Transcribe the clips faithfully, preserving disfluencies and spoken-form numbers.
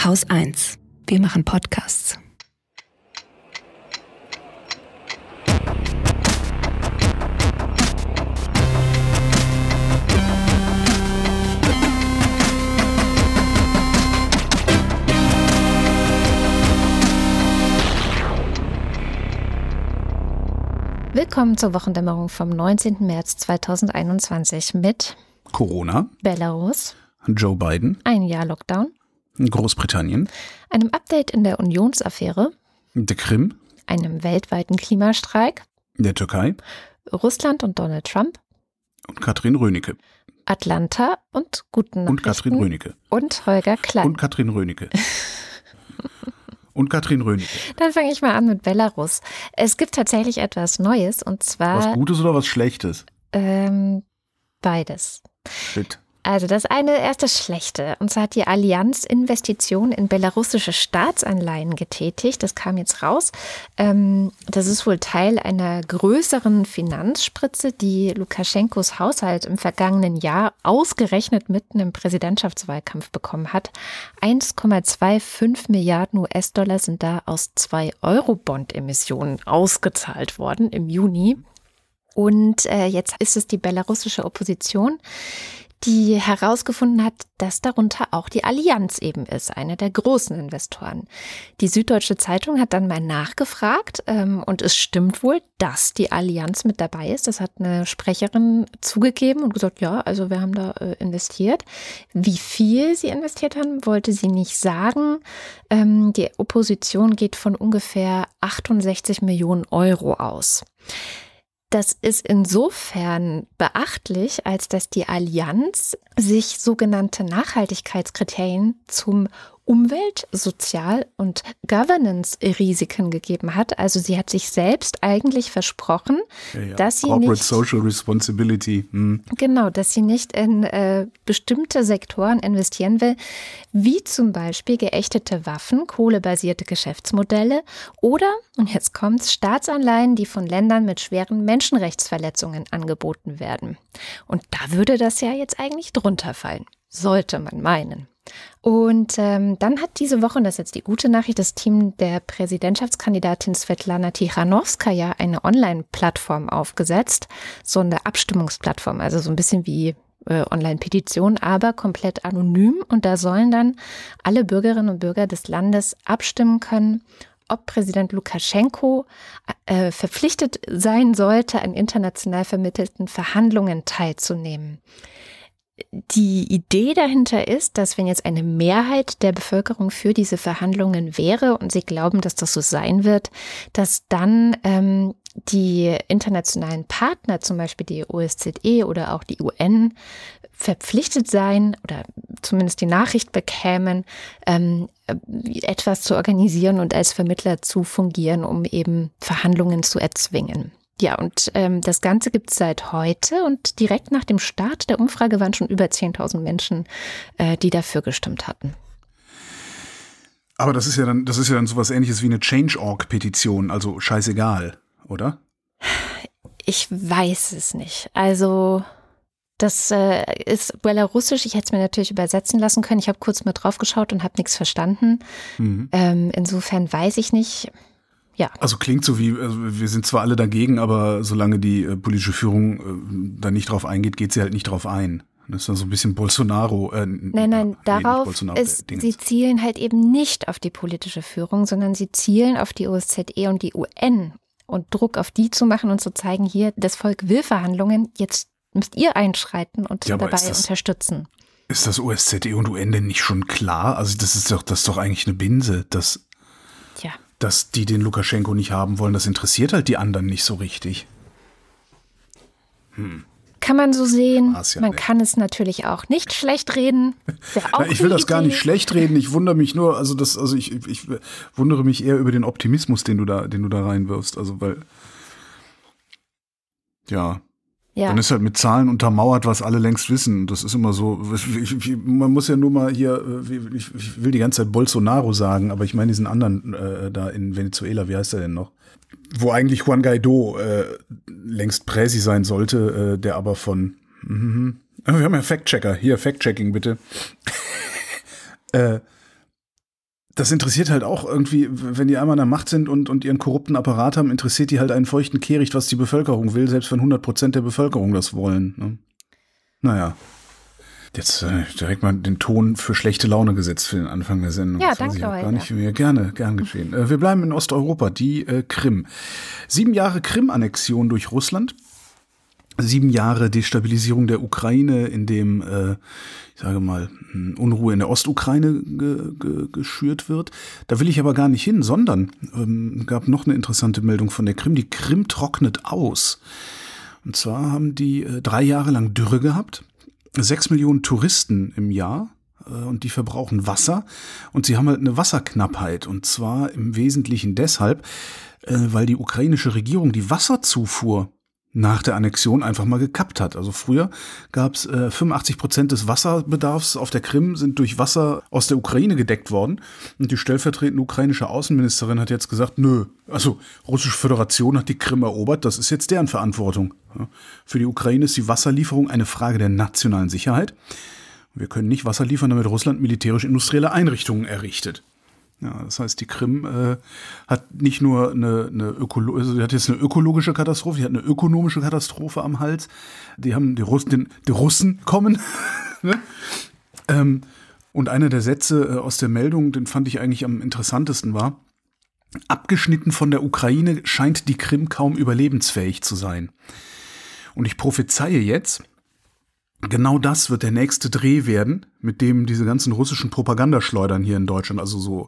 Haus eins. Wir machen Podcasts. Willkommen zur Wochendämmerung vom neunzehnten März zweitausendeinundzwanzig mit Corona, Belarus, Joe Biden, ein Jahr Lockdown, Großbritannien, einem Update in der Unionsaffäre, der Krim, einem weltweiten Klimastreik, der Türkei Russland und Donald Trump, und Katrin Rönecke. Atlanta und guten Nachrichten. Und Katrin Rönecke. Und Holger Klein. Und Katrin Rönecke. Und Katrin Rönecke. Dann fange ich mal an mit Belarus. Es gibt tatsächlich etwas Neues und zwar... Was Gutes oder was Schlechtes? Ähm, beides. Shit. Also das eine erst das Schlechte. Und zwar hat die Allianz Investitionen in belarussische Staatsanleihen getätigt. Das kam jetzt raus. Ähm, das ist wohl Teil einer größeren Finanzspritze, die Lukaschenkos Haushalt im vergangenen Jahr ausgerechnet mitten im Präsidentschaftswahlkampf bekommen hat. eins Komma fünfundzwanzig Milliarden U S-Dollar sind da aus zwei Euro-Bond-Emissionen ausgezahlt worden im Juni. Und äh, jetzt ist es die belarussische Opposition, die herausgefunden hat, dass darunter auch die Allianz eben ist, einer der großen Investoren. Die Süddeutsche Zeitung hat dann mal nachgefragt ähm, und es stimmt wohl, dass die Allianz mit dabei ist. Das hat eine Sprecherin zugegeben und gesagt, ja, also wir haben da äh, investiert. Wie viel sie investiert haben, wollte sie nicht sagen. Ähm, die Opposition geht von ungefähr achtundsechzig Millionen Euro aus. Das ist insofern beachtlich, als dass die Allianz sich sogenannte Nachhaltigkeitskriterien zum Umwelt-, Sozial- und Governance-Risiken gegeben hat. Also sie hat sich selbst eigentlich versprochen, ja, ja. dass sie Corporate nicht, Social Responsibility. Hm. Genau, dass sie nicht in äh, bestimmte Sektoren investieren will, wie zum Beispiel geächtete Waffen, kohlebasierte Geschäftsmodelle oder, und jetzt kommt's, Staatsanleihen, die von Ländern mit schweren Menschenrechtsverletzungen angeboten werden. Und da würde das ja jetzt eigentlich drunter fallen, sollte man meinen. Und ähm, dann hat diese Woche, und das ist jetzt die gute Nachricht, das Team der Präsidentschaftskandidatin Svetlana Tichanowskaja eine Online-Plattform aufgesetzt, so eine Abstimmungsplattform, also so ein bisschen wie äh, Online-Petition, aber komplett anonym. Und da sollen dann alle Bürgerinnen und Bürger des Landes abstimmen können, ob Präsident Lukaschenko äh, verpflichtet sein sollte, an international vermittelten Verhandlungen teilzunehmen. Die Idee dahinter ist, dass wenn jetzt eine Mehrheit der Bevölkerung für diese Verhandlungen wäre und sie glauben, dass das so sein wird, dass dann ähm, die internationalen Partner, zum Beispiel die O S Z E oder auch die U N, verpflichtet seien oder zumindest die Nachricht bekämen, ähm, etwas zu organisieren und als Vermittler zu fungieren, um eben Verhandlungen zu erzwingen. Ja, und ähm, das Ganze gibt es seit heute und direkt nach dem Start der Umfrage waren schon über zehntausend Menschen, äh, die dafür gestimmt hatten. Aber das ist ja dann, das ist ja dann sowas Ähnliches wie eine Change Punkt org-Petition, also scheißegal, oder? Ich weiß es nicht. Also das äh, ist belarussisch. Ich hätte es mir natürlich übersetzen lassen können. Ich habe kurz mal drauf geschaut und habe nichts verstanden. Mhm. Ähm, insofern weiß ich nicht. Ja. Also klingt so wie, also wir sind zwar alle dagegen, aber solange die äh, politische Führung äh, da nicht drauf eingeht, geht sie halt nicht drauf ein. Das ist dann so ein bisschen Bolsonaro. Äh, nein, nein, nee, darauf Bolsonaro, ist, äh, sie zielen halt eben nicht auf die politische Führung, sondern sie zielen auf die O S Z E und die U N und Druck auf die zu machen und zu zeigen, hier, das Volk will Verhandlungen, jetzt müsst ihr einschreiten und ja, dabei das, unterstützen. Ist das O S Z E und U N denn nicht schon klar? Also das ist doch, das ist doch eigentlich eine Binse, dass ja. dass die den Lukaschenko nicht haben wollen, das interessiert halt die anderen nicht so richtig. Hm. Kann man so sehen. Ja man nicht. kann es natürlich auch nicht schlecht reden. Auch Na, ich will das gar nicht schlecht reden. Ich wundere mich nur, also das, also ich, ich wundere mich eher über den Optimismus, den du da, den du da reinwirfst. Also weil, ja. Ja. Dann ist halt mit Zahlen untermauert, was alle längst wissen. Das ist immer so, ich, ich, man muss ja nur mal hier, ich, ich will die ganze Zeit Bolsonaro sagen, aber ich meine diesen anderen äh, da in Venezuela, wie heißt der denn noch? Wo eigentlich Juan Guaido äh, längst Präsi sein sollte, äh, der aber von, mm, wir haben ja Fact-Checker, hier Fact-Checking bitte. äh, das interessiert halt auch irgendwie, wenn die einmal an der Macht sind und, und ihren korrupten Apparat haben, interessiert die halt einen feuchten Kehricht, was die Bevölkerung will, selbst wenn hundert Prozent der Bevölkerung das wollen. Ne? Naja. Jetzt äh, direkt mal den Ton für schlechte Laune gesetzt für den Anfang der Sendung. Ja, das danke, ich auch Holger. gar nicht mehr. Gerne, gern geschehen. Äh, wir bleiben in Osteuropa, die äh, Krim. Sieben Jahre Krim-Annexion durch Russland. Sieben Jahre Destabilisierung der Ukraine, in dem, äh, ich sage mal, Unruhe in der Ostukraine ge- ge- geschürt wird. Da will ich aber gar nicht hin, sondern ähm, gab noch eine interessante Meldung von der Krim. Die Krim trocknet aus. Und zwar haben die äh, drei Jahre lang Dürre gehabt. Sechs Millionen Touristen im Jahr äh, und die verbrauchen Wasser und sie haben halt eine Wasserknappheit und zwar im Wesentlichen deshalb, äh, weil die ukrainische Regierung die Wasserzufuhr nach der Annexion einfach mal gekappt hat. Also früher gab es äh, fünfundachtzig Prozent des Wasserbedarfs auf der Krim sind durch Wasser aus der Ukraine gedeckt worden. Und die stellvertretende ukrainische Außenministerin hat jetzt gesagt, nö, also Russische Föderation hat die Krim erobert, das ist jetzt deren Verantwortung. Ja. Für die Ukraine ist die Wasserlieferung eine Frage der nationalen Sicherheit. Wir können nicht Wasser liefern, damit Russland militärisch-industrielle Einrichtungen errichtet. Ja, das heißt, die Krim äh, hat nicht nur eine, eine, Ökolo- also die hat jetzt eine ökologische Katastrophe, die hat eine ökonomische Katastrophe am Hals. Die haben die Russen, den, die Russen kommen. ne? ähm, und einer der Sätze äh, aus der Meldung, den fand ich eigentlich am interessantesten war: Abgeschnitten von der Ukraine scheint die Krim kaum überlebensfähig zu sein. Und ich prophezeie jetzt, genau das wird der nächste Dreh werden, mit dem diese ganzen russischen Propagandaschleudern hier in Deutschland, also so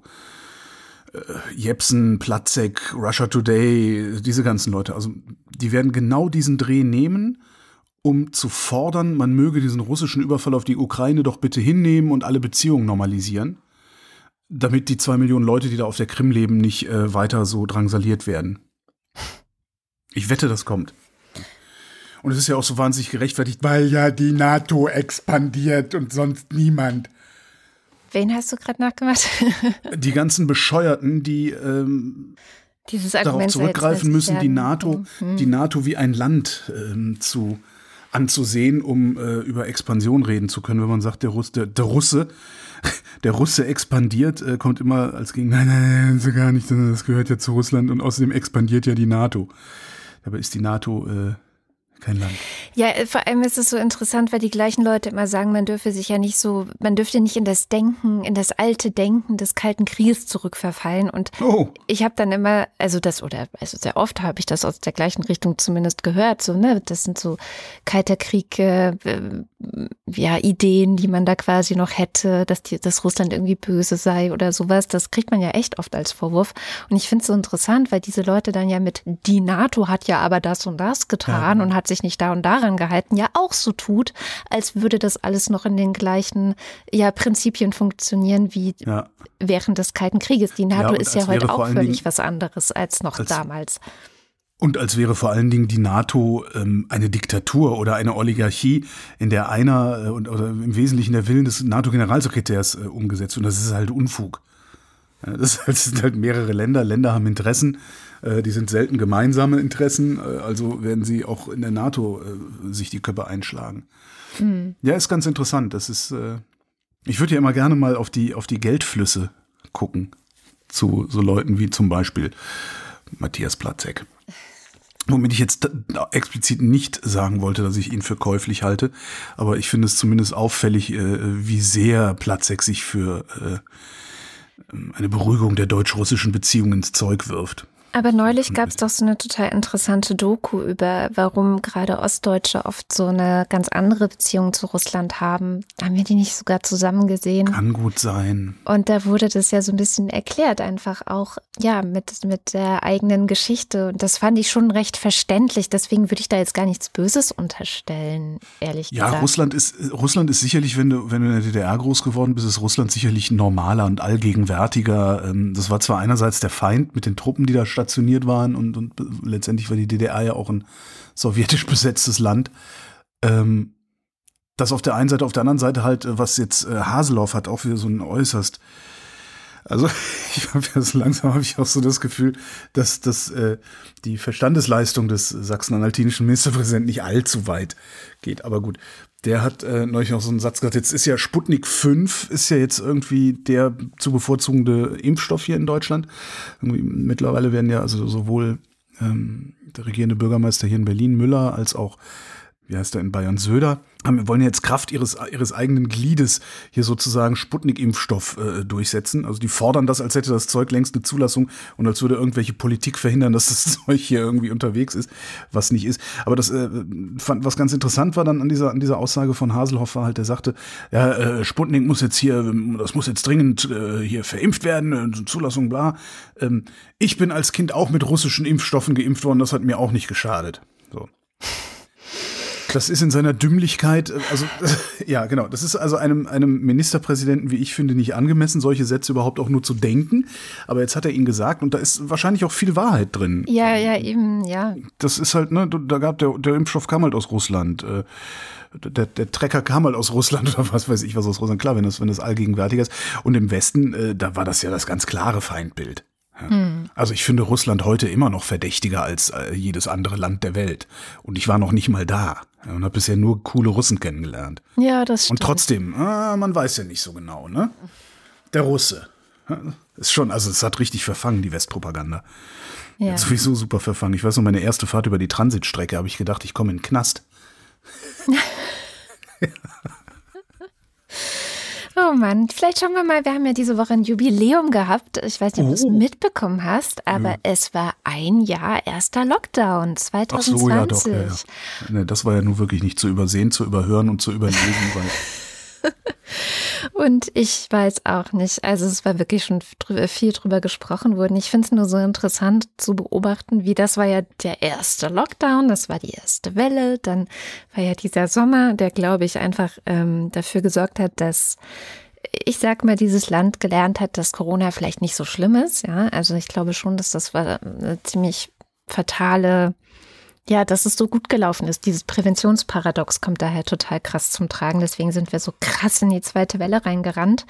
äh, Jepsen, Platzek, Russia Today, diese ganzen Leute, also die werden genau diesen Dreh nehmen, um zu fordern, man möge diesen russischen Überfall auf die Ukraine doch bitte hinnehmen und alle Beziehungen normalisieren, damit die zwei Millionen Leute, die da auf der Krim leben, nicht äh, weiter so drangsaliert werden. Ich wette, das kommt. Und es ist ja auch so wahnsinnig gerechtfertigt, weil ja die NATO expandiert und sonst niemand. Wen hast du gerade nachgemacht? Die ganzen Bescheuerten, die ähm, Dieses darauf Argument zurückgreifen müssen, die NATO, mhm. die NATO wie ein Land ähm, zu anzusehen, um äh, über Expansion reden zu können. Wenn man sagt, der, Russ, der, der Russe, der Russe expandiert, äh, kommt immer als gegen, nein, nein, nein, so gar nicht, das gehört ja zu Russland und außerdem expandiert ja die NATO. Dabei ist die NATO äh, kein Land. Ja, vor allem ist es so interessant, weil die gleichen Leute immer sagen, man dürfe sich ja nicht so, man dürfte nicht in das Denken, in das alte Denken des Kalten Krieges zurückverfallen. Und oh. ich habe dann immer, also das, oder also sehr oft habe ich das aus der gleichen Richtung zumindest gehört, so, ne, das sind so Kalter Krieg, äh, ja, Ideen, die man da quasi noch hätte, dass die, dass Russland irgendwie böse sei oder sowas. Das kriegt man ja echt oft als Vorwurf. Und ich finde es so interessant, weil diese Leute dann ja mit, die NATO hat ja aber das und das getan ja. und hat sich nicht da und daran gehalten, ja auch so tut, als würde das alles noch in den gleichen ja, Prinzipien funktionieren wie ja. während des Kalten Krieges. Die NATO ja, ist ja heute auch völlig Dingen, was anderes als noch als, damals. Und als wäre vor allen Dingen die NATO ähm, eine Diktatur oder eine Oligarchie, in der einer äh, und, oder im Wesentlichen der Willen des NATO-Generalsekretärs äh, umgesetzt wird. Und das ist halt Unfug. Ja, das, das sind halt mehrere Länder. Länder haben Interessen. Die sind selten gemeinsame Interessen, also werden sie auch in der NATO äh, sich die Köpfe einschlagen. Mhm. Ja, ist ganz interessant. Das ist, äh, ich würde ja immer gerne mal auf die, auf die Geldflüsse gucken zu so Leuten wie zum Beispiel Matthias Platzek. Womit ich jetzt explizit nicht sagen wollte, dass ich ihn für käuflich halte, aber ich finde es zumindest auffällig, äh, wie sehr Platzek sich für äh, eine Beruhigung der deutsch-russischen Beziehungen ins Zeug wirft. Aber neulich gab es doch so eine total interessante Doku über, warum gerade Ostdeutsche oft so eine ganz andere Beziehung zu Russland haben. Haben wir die nicht sogar zusammen gesehen? Kann gut sein. Und da wurde das ja so ein bisschen erklärt, einfach auch ja mit, mit der eigenen Geschichte. Und das fand ich schon recht verständlich. Deswegen würde ich da jetzt gar nichts Böses unterstellen, ehrlich ja, gesagt. Ja, Russland ist, Russland ist sicherlich, wenn du, wenn du in der D D R groß geworden bist, ist Russland sicherlich normaler und allgegenwärtiger. Das war zwar einerseits der Feind mit den Truppen, die da stationiert waren und, und letztendlich war die D D R ja auch ein sowjetisch besetztes Land. Ähm, das auf der einen Seite, auf der anderen Seite halt, was jetzt äh, Haseloff hat, auch wieder so ein äußerst Also ich habe jetzt langsam habe ich auch so das Gefühl, dass, dass äh, die Verstandesleistung des sachsen-anhaltinischen Ministerpräsidenten nicht allzu weit geht. Aber gut, der hat äh, neulich noch so einen Satz gesagt, jetzt ist ja Sputnik fünf, ist ja jetzt irgendwie der zu bevorzugende Impfstoff hier in Deutschland. Irgendwie, mittlerweile werden ja also sowohl ähm, der regierende Bürgermeister hier in Berlin, Müller, als auch wie heißt der in Bayern, Söder, haben, wollen jetzt Kraft ihres ihres eigenen Gliedes hier sozusagen Sputnik-Impfstoff äh, durchsetzen. Also die fordern das, als hätte das Zeug längst eine Zulassung und als würde irgendwelche Politik verhindern, dass das Zeug hier irgendwie unterwegs ist, was nicht ist. Aber das, äh, fand, was ganz interessant war dann an dieser an dieser Aussage von Haselhoff war halt, der sagte, ja, äh, Sputnik muss jetzt hier, das muss jetzt dringend äh, hier verimpft werden, äh, Zulassung, bla. Ähm, ich bin als Kind auch mit russischen Impfstoffen geimpft worden, das hat mir auch nicht geschadet. So. Das ist in seiner Dümmlichkeit, also ja genau, das ist also einem, einem Ministerpräsidenten, wie ich finde, nicht angemessen, solche Sätze überhaupt auch nur zu denken. Aber jetzt hat er ihn gesagt und da ist wahrscheinlich auch viel Wahrheit drin. Ja, ja, eben, ja. Das ist halt, ne, da gab der, der Impfstoff kam halt aus Russland. Der, der Trecker kam halt aus Russland oder was weiß ich was aus Russland. Klar, wenn das, wenn das allgegenwärtig ist. Und im Westen, da war das ja das ganz klare Feindbild. Ja. Hm. Also ich finde Russland heute immer noch verdächtiger als äh, jedes andere Land der Welt. Und ich war noch nicht mal da ja, und habe bisher nur coole Russen kennengelernt. Ja, das stimmt. Und trotzdem, äh, man weiß ja nicht so genau, ne? Der Russe. Ist schon, also es hat richtig verfangen, die Westpropaganda. Ja. Hat sowieso super verfangen. Ich weiß noch, meine erste Fahrt über die Transitstrecke habe ich gedacht, ich komme in den Knast. Oh Mann, vielleicht schauen wir mal, wir haben ja diese Woche ein Jubiläum gehabt. Ich weiß nicht, ob oh. du es mitbekommen hast, aber ja. es war ein Jahr erster Lockdown, zwanzig zwanzig. Ach so, ja doch, ja, ja. Nee, das war ja nun wirklich nicht zu übersehen, zu überhören und zu überlesen, weil und ich weiß auch nicht, also es war wirklich schon drüber, viel drüber gesprochen worden. Ich finde es nur so interessant zu beobachten, wie das war ja der erste Lockdown, das war die erste Welle, dann war ja dieser Sommer, der glaube ich einfach ähm, dafür gesorgt hat, dass ich sag mal, dieses Land gelernt hat, dass Corona vielleicht nicht so schlimm ist. Ja, also ich glaube schon, dass das war eine ziemlich fatale, ja, dass es so gut gelaufen ist. Dieses Präventionsparadox kommt daher total krass zum Tragen. Deswegen sind wir so krass in die zweite Welle reingerannt.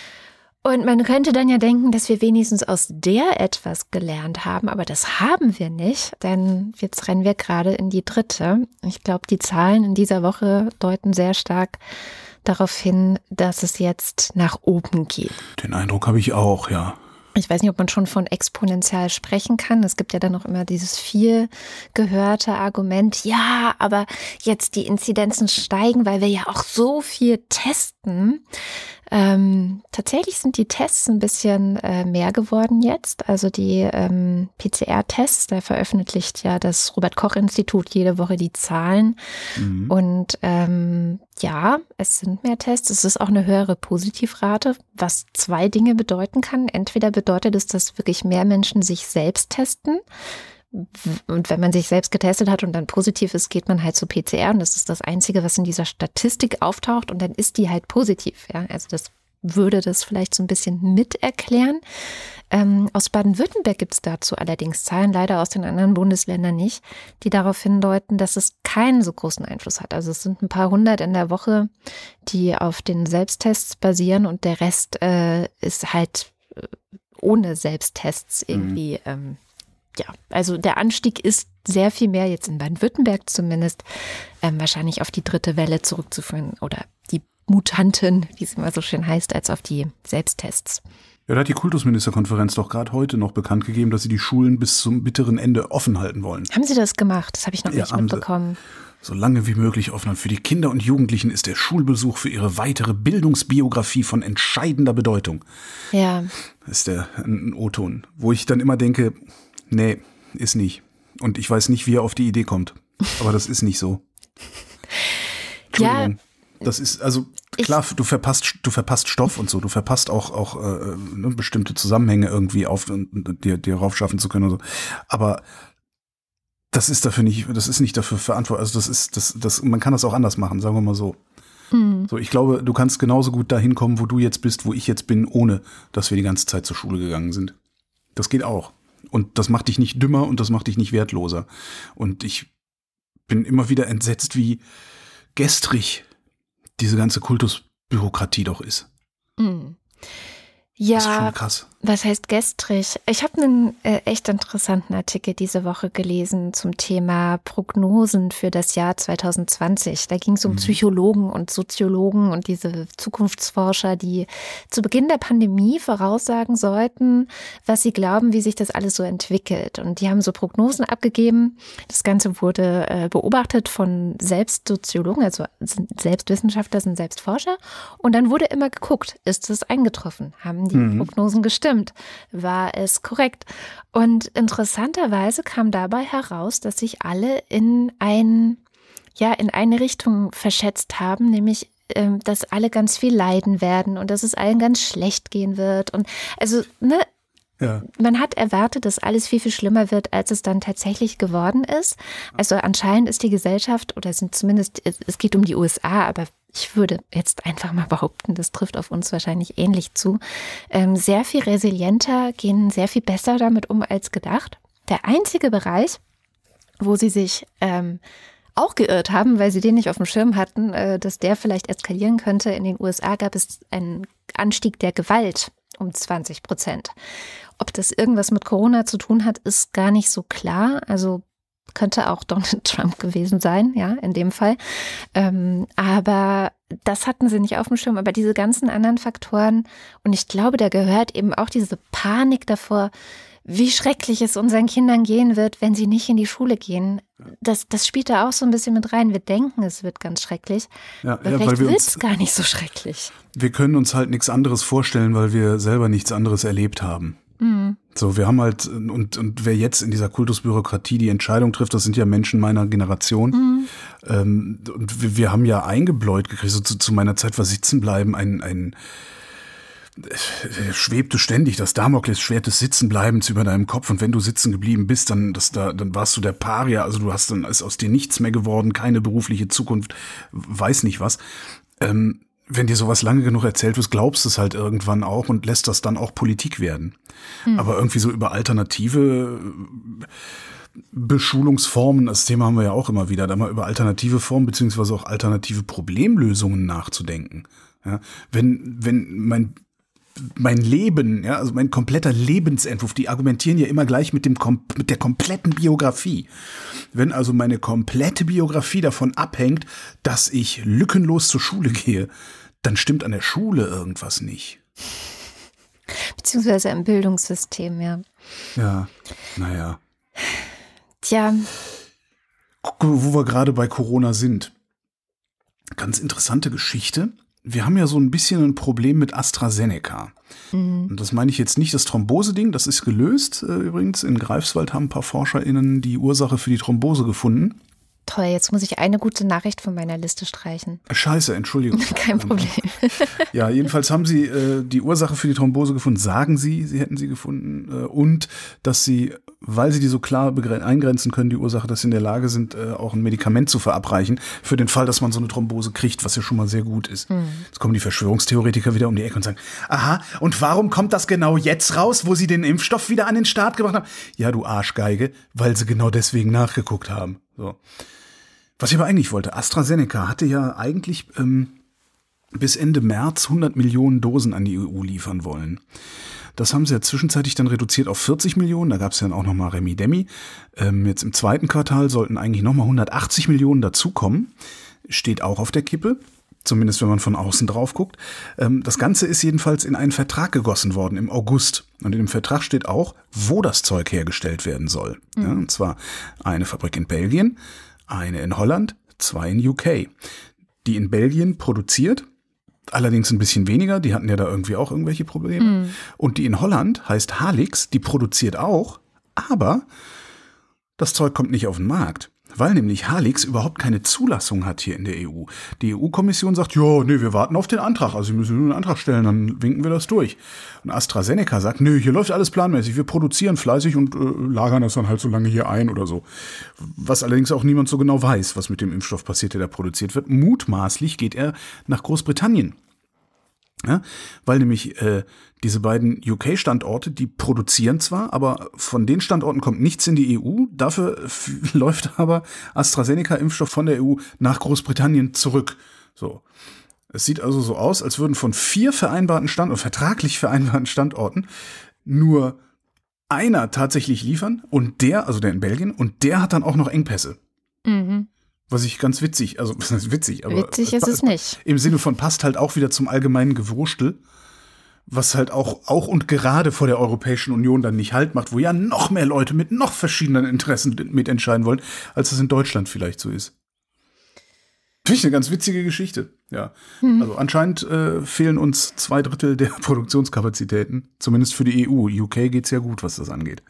Und man könnte dann ja denken, dass wir wenigstens aus der etwas gelernt haben. Aber das haben wir nicht, denn jetzt rennen wir gerade in die dritte. Ich glaube, die Zahlen in dieser Woche deuten sehr stark darauf hin, dass es jetzt nach oben geht. Den Eindruck habe ich auch, ja. Ich weiß nicht, ob man schon von exponentiell sprechen kann. Es gibt ja dann noch immer dieses viel gehörte Argument, ja, aber jetzt die Inzidenzen steigen, weil wir ja auch so viel testen. Ähm, tatsächlich sind die Tests ein bisschen äh, mehr geworden jetzt. Also die ähm, P C R-Tests, da veröffentlicht ja das Robert-Koch-Institut jede Woche die Zahlen. Mhm. Und ähm, ja, es sind mehr Tests. Es ist auch eine höhere Positivrate, was zwei Dinge bedeuten kann. Entweder bedeutet es, dass wirklich mehr Menschen sich selbst testen. Und wenn man sich selbst getestet hat und dann positiv ist, geht man halt zu P C R und das ist das Einzige, was in dieser Statistik auftaucht und dann ist die halt positiv. Ja, also das würde das vielleicht so ein bisschen mit erklären. Ähm, aus Baden-Württemberg gibt es dazu allerdings Zahlen, leider aus den anderen Bundesländern nicht, die darauf hindeuten, dass es keinen so großen Einfluss hat. Also es sind ein paar hundert in der Woche, die auf den Selbsttests basieren und der Rest äh, ist halt äh, ohne Selbsttests irgendwie mhm. ähm, Ja, also der Anstieg ist sehr viel mehr, jetzt in Baden-Württemberg zumindest, ähm, wahrscheinlich auf die dritte Welle zurückzuführen oder die Mutanten, wie es immer so schön heißt, als auf die Selbsttests. Ja, da hat die Kultusministerkonferenz doch gerade heute noch bekannt gegeben, dass sie die Schulen bis zum bitteren Ende offen halten wollen. Haben sie das gemacht? Das habe ich noch ja, nicht mitbekommen. So lange wie möglich offen. Für die Kinder und Jugendlichen ist der Schulbesuch für ihre weitere Bildungsbiografie von entscheidender Bedeutung. Ja. Das ist der ein O-Ton, wo ich dann immer denke, nee, ist nicht. Und ich weiß nicht, wie er auf die Idee kommt. Aber das ist nicht so. Entschuldigung. Ja, das ist, also klar, du verpasst, du verpasst Stoff und so. Du verpasst auch, auch äh, ne, bestimmte Zusammenhänge irgendwie auf, dir, dir raufschaffen zu können und so. Aber das ist dafür nicht, das ist nicht dafür verantwortlich. Also das ist, das, das, man kann das auch anders machen, sagen wir mal so. Mhm. So, ich glaube, du kannst genauso gut dahin kommen, wo du jetzt bist, wo ich jetzt bin, ohne dass wir die ganze Zeit zur Schule gegangen sind. Das geht auch. Und das macht dich nicht dümmer und das macht dich nicht wertloser. Und ich bin immer wieder entsetzt, wie gestrig diese ganze Kultusbürokratie doch ist. Ja, das ist schon krass. Was heißt gestrig? Ich habe einen äh, echt interessanten Artikel diese Woche gelesen zum Thema Prognosen für das Jahr zwanzig zwanzig. Da ging es um mhm. Psychologen und Soziologen und diese Zukunftsforscher, die zu Beginn der Pandemie voraussagen sollten, was sie glauben, wie sich das alles so entwickelt. Und die haben so Prognosen abgegeben. Das Ganze wurde äh, beobachtet von Selbstsoziologen, also sind Selbstwissenschaftler, sind Selbstforscher. Und dann wurde immer geguckt, ist es eingetroffen? Haben die mhm. Prognosen gestimmt? War es korrekt? Und interessanterweise kam dabei heraus, dass sich alle in ein, ja, in eine Richtung verschätzt haben, nämlich, ähm, dass alle ganz viel leiden werden und dass es allen ganz schlecht gehen wird. Und also, ne, ja. Man hat erwartet, dass alles viel, viel schlimmer wird, als es dann tatsächlich geworden ist. Also anscheinend ist die Gesellschaft, oder sind zumindest, es geht um die U S A, aber ich würde jetzt einfach mal behaupten, das trifft auf uns wahrscheinlich ähnlich zu, ähm, sehr viel resilienter, gehen sehr viel besser damit um als gedacht. Der einzige Bereich, wo sie sich ähm, auch geirrt haben, weil sie den nicht auf dem Schirm hatten, äh, dass der vielleicht eskalieren könnte. In den U S A gab es einen Anstieg der Gewalt um zwanzig Prozent. Ob das irgendwas mit Corona zu tun hat, ist gar nicht so klar. Also könnte auch Donald Trump gewesen sein, ja, in dem Fall. Ähm, aber das hatten sie nicht auf dem Schirm. Aber diese ganzen anderen Faktoren, und ich glaube, da gehört eben auch diese Panik davor, wie schrecklich es unseren Kindern gehen wird, wenn sie nicht in die Schule gehen. Das, das spielt da auch so ein bisschen mit rein. Wir denken, es wird ganz schrecklich. Ja, aber ja, vielleicht wird es gar nicht so schrecklich. Wir können uns halt nichts anderes vorstellen, weil wir selber nichts anderes erlebt haben. Mhm. So, wir haben halt, und, und wer jetzt in dieser Kultusbürokratie die Entscheidung trifft, das sind ja Menschen meiner Generation. Mhm. Ähm, und wir, wir haben ja eingebläut gekriegt, so zu, zu meiner Zeit war sitzen bleiben ein, ein schwebte ständig das Damoklesschwert des Sitzenbleibens über deinem Kopf, und wenn du sitzen geblieben bist, dann, das da, dann warst du der Paria, also du hast dann, ist aus dir nichts mehr geworden, keine berufliche Zukunft, weiß nicht was. Ähm, wenn dir sowas lange genug erzählt wird, glaubst du es halt irgendwann auch und lässt das dann auch Politik werden. Hm. Aber irgendwie so über alternative Beschulungsformen, das Thema haben wir ja auch immer wieder, da mal über alternative Formen beziehungsweise auch alternative Problemlösungen nachzudenken. Ja, wenn, wenn mein Mein Leben, ja, also mein kompletter Lebensentwurf, die argumentieren ja immer gleich mit dem mit der kompletten Biografie. Wenn also meine komplette Biografie davon abhängt, dass ich lückenlos zur Schule gehe, dann stimmt an der Schule irgendwas nicht. Beziehungsweise im Bildungssystem, ja. Ja, naja. Tja. Guck, wo wir gerade bei Corona sind. Ganz interessante Geschichte. Wir haben ja so ein bisschen ein Problem mit AstraZeneca. Mhm. Und das meine ich jetzt nicht das Thrombose-Ding, das ist gelöst äh, übrigens. In Greifswald haben ein paar ForscherInnen die Ursache für die Thrombose gefunden. Toll, jetzt muss ich eine gute Nachricht von meiner Liste streichen. Scheiße, Entschuldigung. Kein Problem. Ja, jedenfalls haben sie äh, die Ursache für die Thrombose gefunden, sagen sie, sie hätten sie gefunden. Äh, und dass sie, weil sie die so klar begren- eingrenzen können, die Ursache, dass sie in der Lage sind, äh, auch ein Medikament zu verabreichen, für den Fall, dass man so eine Thrombose kriegt, was ja schon mal sehr gut ist. Mhm. Jetzt kommen die Verschwörungstheoretiker wieder um die Ecke und sagen, aha, und warum kommt das genau jetzt raus, wo sie den Impfstoff wieder an den Start gebracht haben? Ja, du Arschgeige, weil sie genau deswegen nachgeguckt haben. So. Was ich aber eigentlich wollte, AstraZeneca hatte ja eigentlich ähm, bis Ende März hundert Millionen Dosen an die E U liefern wollen. Das haben sie ja zwischenzeitlich dann reduziert auf vierzig Millionen, da gab es ja auch nochmal Remi-Demi. Ähm, jetzt im zweiten Quartal sollten eigentlich nochmal hundertachtzig Millionen dazukommen, steht auch auf der Kippe. Zumindest wenn man von außen drauf guckt. Ähm, das Ganze ist jedenfalls in einen Vertrag gegossen worden im August. Und in dem Vertrag steht auch, wo das Zeug hergestellt werden soll. Mhm. Ja, und zwar eine Fabrik in Belgien, eine in Holland, zwei in U K. Die in Belgien produziert, allerdings ein bisschen weniger, die hatten ja da irgendwie auch irgendwelche Probleme. Mhm. Und die in Holland heißt Halix, die produziert auch, aber das Zeug kommt nicht auf den Markt. Weil nämlich Halix überhaupt keine Zulassung hat hier in der E U. Die E U-Kommission sagt, ja, nee, wir warten auf den Antrag. Also Sie müssen nur einen Antrag stellen, dann winken wir das durch. Und AstraZeneca sagt, nö, hier läuft alles planmäßig. Wir produzieren fleißig und äh, lagern das dann halt so lange hier ein oder so. Was allerdings auch niemand so genau weiß, was mit dem Impfstoff passiert, der da produziert wird. Mutmaßlich geht er nach Großbritannien. Ja, weil nämlich äh, diese beiden U K-Standorte, die produzieren zwar, aber von den Standorten kommt nichts in die E U. Dafür f- läuft aber AstraZeneca-Impfstoff von der E U nach Großbritannien zurück. So. Es sieht also so aus, als würden von vier vereinbarten Standorten, vertraglich vereinbarten Standorten, nur einer tatsächlich liefern und der, also der in Belgien, und der hat dann auch noch Engpässe. Mhm. Was ich ganz witzig, also was heißt witzig, aber witzig ist es, es nicht. Im Sinne von passt halt auch wieder zum allgemeinen Gewurstel, was halt auch, auch und gerade vor der Europäischen Union dann nicht Halt macht, wo ja noch mehr Leute mit noch verschiedenen Interessen mitentscheiden wollen, als es in Deutschland vielleicht so ist. Finde ich eine ganz witzige Geschichte, ja. Mhm. Also anscheinend äh, fehlen uns zwei Drittel der Produktionskapazitäten, zumindest für die E U. U K geht's ja gut, was das angeht.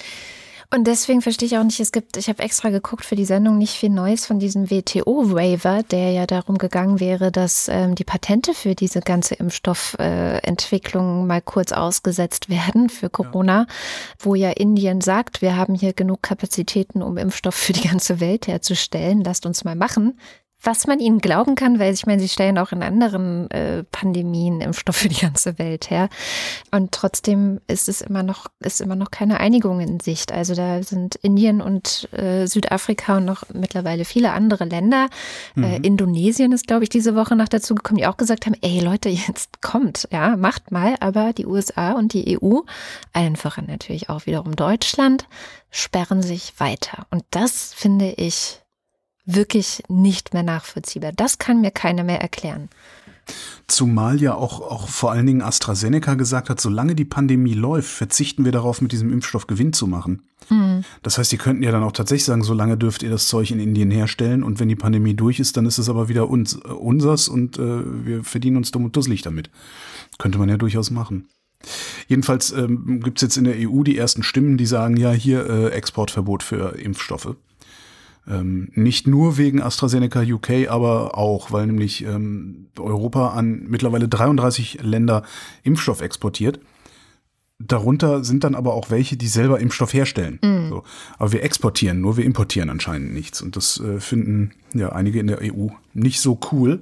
Und deswegen verstehe ich auch nicht, es gibt, ich habe extra geguckt für die Sendung, nicht viel Neues von diesem W T O-Waiver, der ja darum gegangen wäre, dass ähm, die Patente für diese ganze Impfstoffentwicklung äh, mal kurz ausgesetzt werden für Corona, ja. Wo ja Indien sagt, wir haben hier genug Kapazitäten, um Impfstoff für die ganze Welt herzustellen, lasst uns mal machen. Was man ihnen glauben kann, weil ich meine, sie stellen auch in anderen äh, Pandemien Impfstoff für die ganze Welt her. Und trotzdem ist es immer noch, ist immer noch keine Einigung in Sicht. Also da sind Indien und äh, Südafrika und noch mittlerweile viele andere Länder. Mhm. Äh, Indonesien ist, glaube ich, diese Woche noch dazu gekommen, die auch gesagt haben, ey Leute, jetzt kommt, ja, macht mal. Aber die U S A und die E U, allen voran natürlich auch wiederum Deutschland, sperren sich weiter. Und das finde ich wirklich nicht mehr nachvollziehbar. Das kann mir keiner mehr erklären. Zumal ja auch, auch vor allen Dingen AstraZeneca gesagt hat, solange die Pandemie läuft, verzichten wir darauf, mit diesem Impfstoff Gewinn zu machen. Mhm. Das heißt, die könnten ja dann auch tatsächlich sagen, solange dürft ihr das Zeug in Indien herstellen und wenn die Pandemie durch ist, dann ist es aber wieder uns, äh, unsers und äh, wir verdienen uns dumm und dusselig damit. Könnte man ja durchaus machen. Jedenfalls ähm, gibt es jetzt in der E U die ersten Stimmen, die sagen, ja, hier äh, Exportverbot für Impfstoffe. Ähm, nicht nur wegen AstraZeneca U K, aber auch, weil nämlich ähm, Europa an mittlerweile dreiunddreißig Länder Impfstoff exportiert. Darunter sind dann aber auch welche, die selber Impfstoff herstellen. Mhm. So. Aber wir exportieren, nur wir importieren anscheinend nichts. Und das äh, finden ja einige in der E U nicht so cool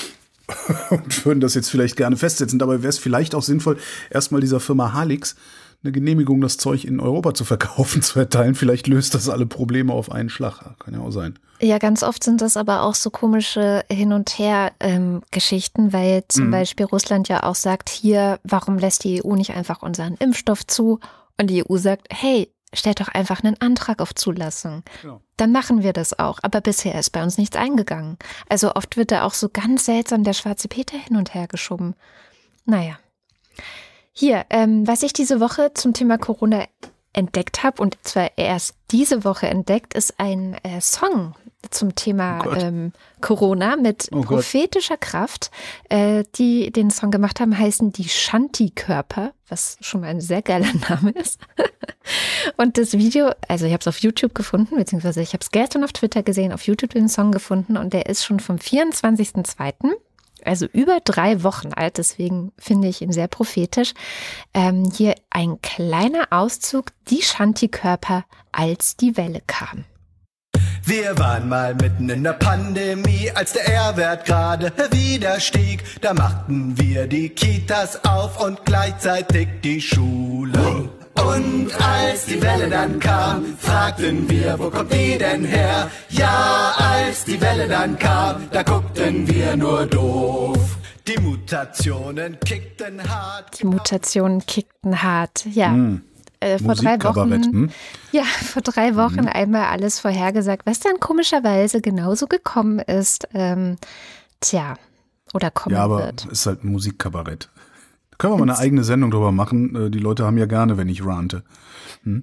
und würden das jetzt vielleicht gerne festsetzen. Dabei wäre es vielleicht auch sinnvoll, erstmal dieser Firma Halix eine Genehmigung, das Zeug in Europa zu verkaufen, zu erteilen. Vielleicht löst das alle Probleme auf einen Schlag. Kann ja auch sein. Ja, ganz oft sind das aber auch so komische Hin- und Her-Geschichten, ähm, weil zum mhm. Beispiel Russland ja auch sagt, hier, warum lässt die E U nicht einfach unseren Impfstoff zu? Und die E U sagt, hey, stellt doch einfach einen Antrag auf Zulassung. Ja. Dann machen wir das auch. Aber bisher ist bei uns nichts eingegangen. Also oft wird da auch so ganz seltsam der schwarze Peter hin und her geschoben. Naja. Hier, ähm, was ich diese Woche zum Thema Corona entdeckt habe, und zwar erst diese Woche entdeckt, ist ein äh, Song zum Thema oh ähm, Corona mit oh prophetischer Kraft. Äh, die den Song gemacht haben, heißen die Shanti-Körper, was schon mal ein sehr geiler Name ist. Und das Video, also ich habe es auf YouTube gefunden, beziehungsweise ich habe es gestern auf Twitter gesehen, auf YouTube den Song gefunden und der ist schon vom vierundzwanzigsten zweiten Also über drei Wochen alt, deswegen finde ich ihn sehr prophetisch. Ähm, hier ein kleiner Auszug, die Shanti-Körper, als die Welle kam. Wir waren mal mitten in der Pandemie, als der R-Wert gerade wieder stieg. Da machten wir die Kitas auf und gleichzeitig die Schulen. Und als die Welle dann kam, fragten wir, wo kommt die denn her? Ja, als die Welle dann kam, da guckten wir nur doof. Die Mutationen kickten hart. Die Mutationen kickten hart, ja. Hm. Äh, vor drei Wochen, hm? ja, vor drei Wochen hm. einmal alles vorhergesagt, was dann komischerweise genauso gekommen ist. Ähm, tja, oder kommen wird. Ja, aber es ist halt ein Musikkabarett. Können wir mal eine eigene Sendung drüber machen? Die Leute haben ja gerne, wenn ich rante. Hm?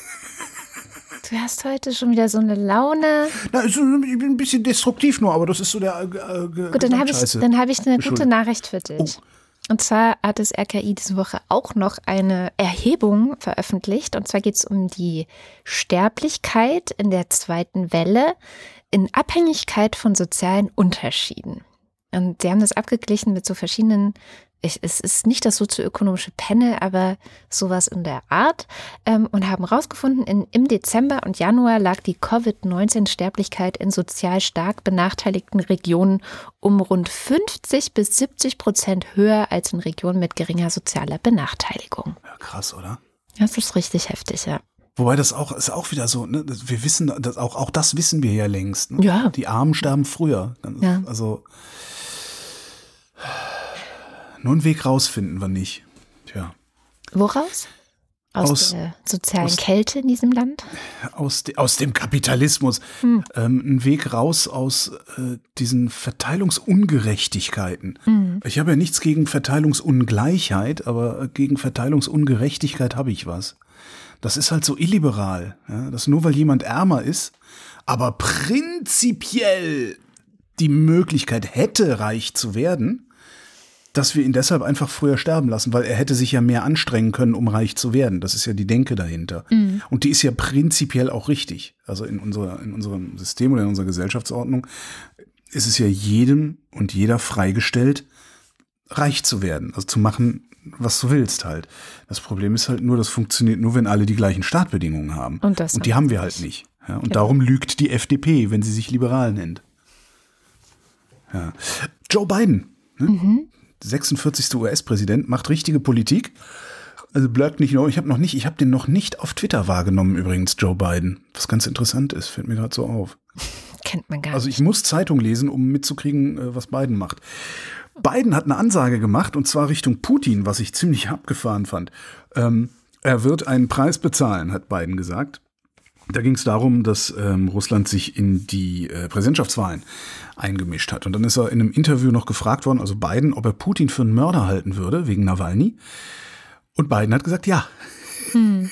Du hast heute schon wieder so eine Laune. Na, ich bin ein bisschen destruktiv nur, aber das ist so der äh, Gut, dann habe ich, dann hab ich eine gute Nachricht für dich. Oh. Und zwar hat das R K I diese Woche auch noch eine Erhebung veröffentlicht. Und zwar geht es um die Sterblichkeit in der zweiten Welle in Abhängigkeit von sozialen Unterschieden. Und sie haben das abgeglichen mit so verschiedenen, ich, es ist nicht das sozioökonomische Panel, aber sowas in der Art, ähm, und haben herausgefunden, in, im Dezember und Januar lag die Covid neunzehn Sterblichkeit in sozial stark benachteiligten Regionen um rund fünfzig bis siebzig Prozent höher als in Regionen mit geringer sozialer Benachteiligung. Ja, krass, oder? Das ist richtig heftig, ja. Wobei das auch ist auch wieder so, ne, wir wissen, das auch, auch das wissen wir ja längst. Ne? Ja. Die Armen sterben früher. Ja. Also Nur einen Weg raus finden wir nicht. Tja. Woraus? Aus, aus der sozialen aus, Kälte in diesem Land? Aus, de, aus dem Kapitalismus. Hm. Ähm, ein Weg raus aus äh, diesen Verteilungsungerechtigkeiten. Hm. Ich habe ja nichts gegen Verteilungsungleichheit, aber gegen Verteilungsungerechtigkeit habe ich was. Das ist halt so illiberal. Ja? Dass nur weil jemand ärmer ist, aber prinzipiell die Möglichkeit hätte, reich zu werden, dass wir ihn deshalb einfach früher sterben lassen, weil er hätte sich ja mehr anstrengen können, um reich zu werden. Das ist ja die Denke dahinter. Mhm. Und die ist ja prinzipiell auch richtig. Also in unserer, in unserem System oder in unserer Gesellschaftsordnung ist es ja jedem und jeder freigestellt, reich zu werden. Also zu machen, was du willst halt. Das Problem ist halt nur, das funktioniert nur, wenn alle die gleichen Startbedingungen haben. Und, das und die haben wir halt nicht. Ja, und genau. Darum lügt die F D P, wenn sie sich liberal nennt. Ja. Joe Biden. Ne? Mhm. sechsundvierzigste U S-Präsident, macht richtige Politik. Also blöd nicht nur, ich habe noch nicht, ich habe den noch nicht auf Twitter wahrgenommen übrigens, Joe Biden. Was ganz interessant ist, fällt mir gerade so auf. Kennt man gar nicht. Also ich muss Zeitung lesen, um mitzukriegen, was Biden macht. Biden hat eine Ansage gemacht, und zwar Richtung Putin, was ich ziemlich abgefahren fand. Ähm, er wird einen Preis bezahlen, hat Biden gesagt. Da ging es darum, dass ähm, Russland sich in die äh, Präsidentschaftswahlen eingemischt hat. Und dann ist er in einem Interview noch gefragt worden, also Biden, ob er Putin für einen Mörder halten würde, wegen Nawalny. Und Biden hat gesagt, ja. Hm.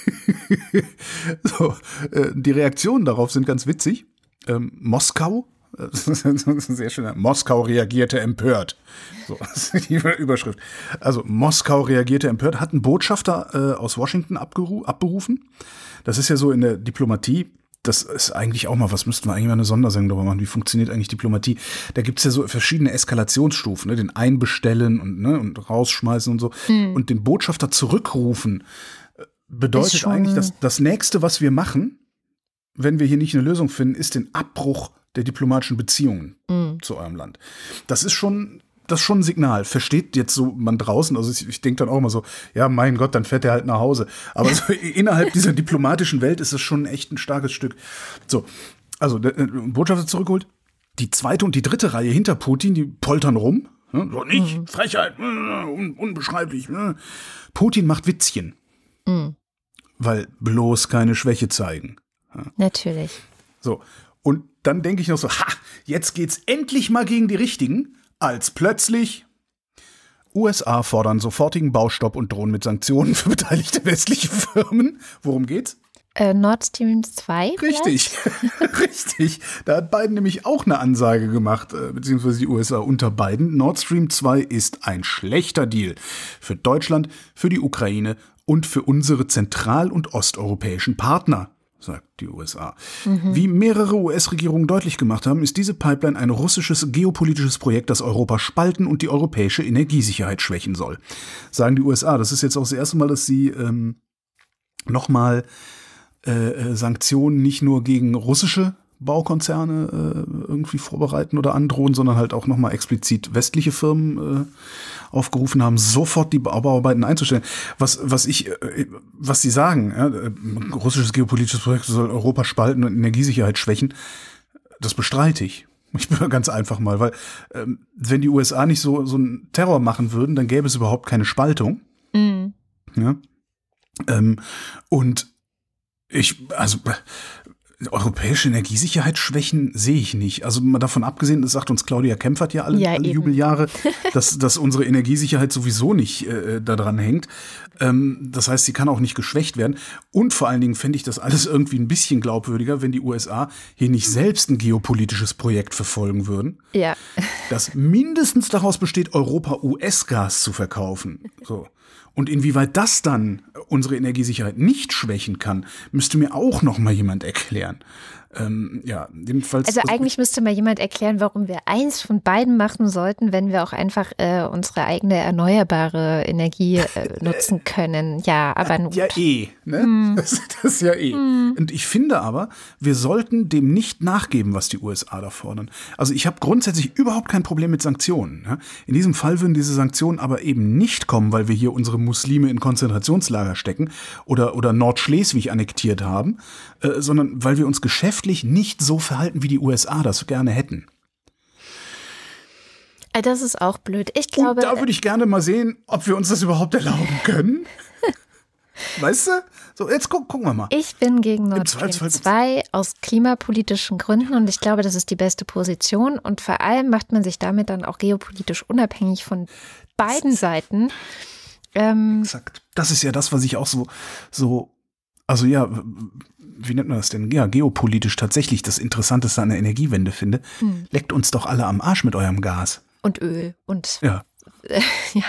so, äh, die Reaktionen darauf sind ganz witzig. Ähm, Moskau, das ist ein sehr schöner, Moskau reagierte empört. So, das ist die Überschrift. Also Moskau reagierte empört, hat einen Botschafter äh, aus Washington abgeru- abberufen. Das ist ja so in der Diplomatie, das ist eigentlich auch mal, was müssten wir eigentlich mal eine Sondersendung darüber machen, wie funktioniert eigentlich Diplomatie? Da gibt's ja so verschiedene Eskalationsstufen, ne? Den Einbestellen und, ne, und rausschmeißen und so. Hm. Und den Botschafter zurückrufen bedeutet eigentlich, dass das Nächste, was wir machen, wenn wir hier nicht eine Lösung finden, ist den Abbruch der diplomatischen Beziehungen hm. zu eurem Land. Das ist schon... Das ist schon ein Signal. Versteht jetzt so man draußen, also ich, ich denke dann auch immer so, ja, mein Gott, dann fährt er halt nach Hause. Aber so innerhalb dieser diplomatischen Welt ist es schon echt ein starkes Stück. So, also der äh, Botschafter zurückgeholt. Die zweite und die dritte Reihe hinter Putin, die poltern rum. Ne? So nicht, mhm. Frechheit, un- unbeschreiblich. Ne? Putin macht Witzchen. Mhm. Weil bloß keine Schwäche zeigen. Ja. Natürlich. So, und dann denke ich noch so, ha, jetzt geht's endlich mal gegen die Richtigen. Als plötzlich U S A fordern sofortigen Baustopp und drohen mit Sanktionen für beteiligte westliche Firmen. Worum geht's? Äh, Nord Stream zwei? Richtig, richtig. Da hat Biden nämlich auch eine Ansage gemacht, äh, beziehungsweise die U S A unter Biden. Nord Stream zwei ist ein schlechter Deal für Deutschland, für die Ukraine und für unsere zentral- und osteuropäischen Partner, sagt die U S A. Mhm. Wie mehrere U S-Regierungen deutlich gemacht haben, ist diese Pipeline ein russisches geopolitisches Projekt, das Europa spalten und die europäische Energiesicherheit schwächen soll. Sagen die U S A. Das ist jetzt auch das erste Mal, dass sie ähm, nochmal äh, Sanktionen nicht nur gegen russische Baukonzerne äh, irgendwie vorbereiten oder androhen, sondern halt auch nochmal explizit westliche Firmen äh, aufgerufen haben, sofort die Bauarbeiten einzustellen. Was, was ich, äh, was sie sagen, ja, äh, russisches geopolitisches Projekt soll Europa spalten und Energiesicherheit schwächen, das bestreite ich. Ich bin ganz einfach mal, weil ähm, wenn die U S A nicht so, so einen Terror machen würden, dann gäbe es überhaupt keine Spaltung. Mhm. Ja. Ähm, und ich, also europäische Energiesicherheitsschwächen sehe ich nicht. Also mal davon abgesehen, das sagt uns Claudia Kempfert ja alle, ja, alle Jubeljahre, dass, dass unsere Energiesicherheit sowieso nicht äh, daran hängt. Ähm, das heißt, sie kann auch nicht geschwächt werden. Und vor allen Dingen fände ich das alles irgendwie ein bisschen glaubwürdiger, wenn die U S A hier nicht selbst ein geopolitisches Projekt verfolgen würden. Ja. Das mindestens daraus besteht, Europa U S-Gas zu verkaufen. So. Und inwieweit das dann unsere Energiesicherheit nicht schwächen kann, müsste mir auch noch mal jemand erklären. Ähm, ja, jedenfalls. Also eigentlich müsste mal jemand erklären, warum wir eins von beiden machen sollten, wenn wir auch einfach äh, unsere eigene erneuerbare Energie äh, nutzen können. Ja, aber nun. Ja, eh. Ne? Hm. Das, das ist ja eh. Hm. Und ich finde aber, wir sollten dem nicht nachgeben, was die U S A da fordern. Also ich habe grundsätzlich überhaupt kein Problem mit Sanktionen. Ne? In diesem Fall würden diese Sanktionen aber eben nicht kommen, weil wir hier unsere Muslime in Konzentrationslager stecken oder, oder Nordschleswig annektiert haben, äh, sondern weil wir uns geschäftlich nicht so verhalten, wie die U S A das gerne hätten. Das ist auch blöd. Ich glaube, Und da würde ich gerne mal sehen, ob wir uns das überhaupt erlauben können. Weißt du? So, jetzt gu gucken wir mal. Ich bin gegen Nord Stream zwei aus klimapolitischen Gründen und ich glaube, das ist die beste Position und vor allem macht man sich damit dann auch geopolitisch unabhängig von beiden Seiten. Ähm, Exakt. Das ist ja das, was ich auch so, so, also ja, wie nennt man das denn? Ja, geopolitisch tatsächlich das Interessanteste an der Energiewende finde. Hm. Leckt uns doch alle am Arsch mit eurem Gas. Und Öl und ja. Äh, ja.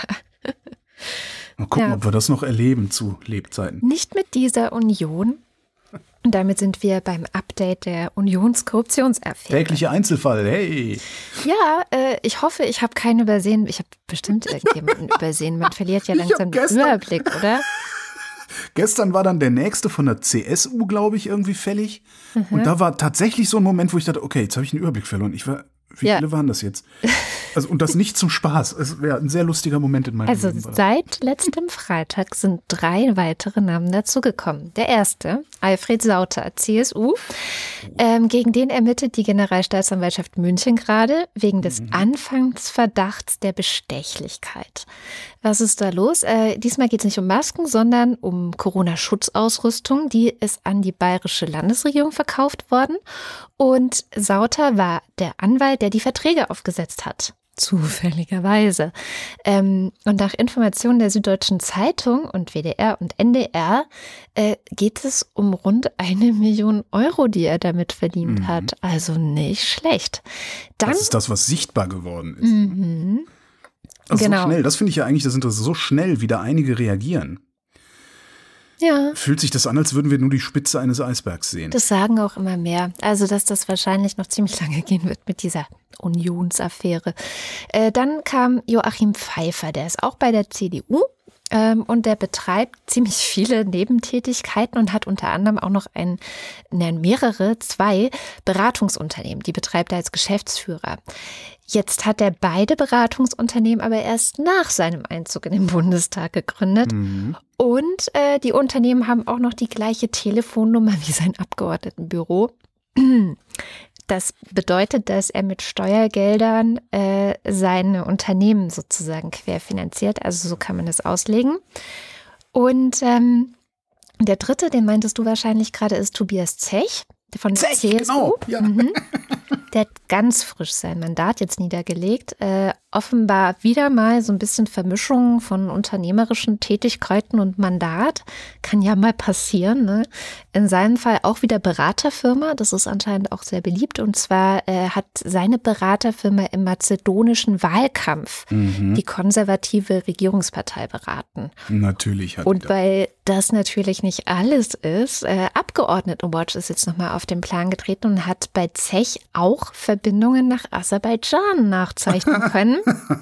Mal gucken, ja. ob wir das noch erleben zu Lebzeiten. Nicht mit dieser Union. Und damit sind wir beim Update der Unionskorruptionsaffäre. Täglicher Einzelfall, hey. Ja, äh, ich hoffe, ich habe keinen übersehen. Ich habe bestimmt irgendjemanden übersehen. Man verliert ja langsam den Überblick, oder? Gestern war dann der nächste von der C S U, glaube ich, irgendwie fällig. Mhm. Und da war tatsächlich so ein Moment, wo ich dachte, okay, jetzt habe ich einen Überblick verloren. Ich war, wie ja. viele waren das jetzt? Also, und das nicht zum Spaß. Es wäre ein sehr lustiger Moment in meinem also Leben. Also seit letztem Freitag sind drei weitere Namen dazugekommen. Der erste, Alfred Sauter, C S U. Ähm, gegen den ermittelt die Generalstaatsanwaltschaft München gerade wegen des mhm. Anfangsverdachts der Bestechlichkeit. Was ist da los? Äh, diesmal geht es nicht um Masken, sondern um Corona-Schutzausrüstung. Die ist an die bayerische Landesregierung verkauft worden. Und Sauter war der Anwalt, der die Verträge aufgesetzt hat. Zufälligerweise. Ähm, und nach Informationen der Süddeutschen Zeitung und W D R und N D R äh, geht es um rund eine Million Euro, die er damit verdient mhm. hat. Also nicht schlecht. Dann, das ist das, was sichtbar geworden ist. Mhm. Also genau. so schnell, das finde ich ja eigentlich das Interessante, so schnell, wie da einige reagieren. Ja. Fühlt sich das an, als würden wir nur die Spitze eines Eisbergs sehen. Das sagen auch immer mehr. Also, dass das wahrscheinlich noch ziemlich lange gehen wird mit dieser Unionsaffäre. Äh, dann kam Joachim Pfeiffer, der ist auch bei der C D U. Ähm, und der betreibt ziemlich viele Nebentätigkeiten und hat unter anderem auch noch ein, nein, mehrere, zwei Beratungsunternehmen. Die betreibt er als Geschäftsführer. Jetzt hat er beide Beratungsunternehmen aber erst nach seinem Einzug in den Bundestag gegründet. Mhm. Und äh, die Unternehmen haben auch noch die gleiche Telefonnummer wie sein Abgeordnetenbüro. Das bedeutet, dass er mit Steuergeldern äh, seine Unternehmen sozusagen querfinanziert. Also so kann man das auslegen. Und ähm, der dritte, den meintest du wahrscheinlich gerade, ist Tobias Zech von der Zech, C S U. Genau, ja. Mhm. Der hat ganz frisch sein Mandat jetzt niedergelegt. Äh, offenbar wieder mal so ein bisschen Vermischung von unternehmerischen Tätigkeiten und Mandat. Kann ja mal passieren, ne? In seinem Fall auch wieder Beraterfirma. Das ist anscheinend auch sehr beliebt. Und zwar äh, hat seine Beraterfirma im mazedonischen Wahlkampf mhm. die konservative Regierungspartei beraten. Natürlich hat Und weil das natürlich nicht alles ist, äh, Abgeordnetenwatch ist jetzt nochmal auf den Plan getreten und hat bei Zech auch Verbindungen nach Aserbaidschan nachzeichnen können.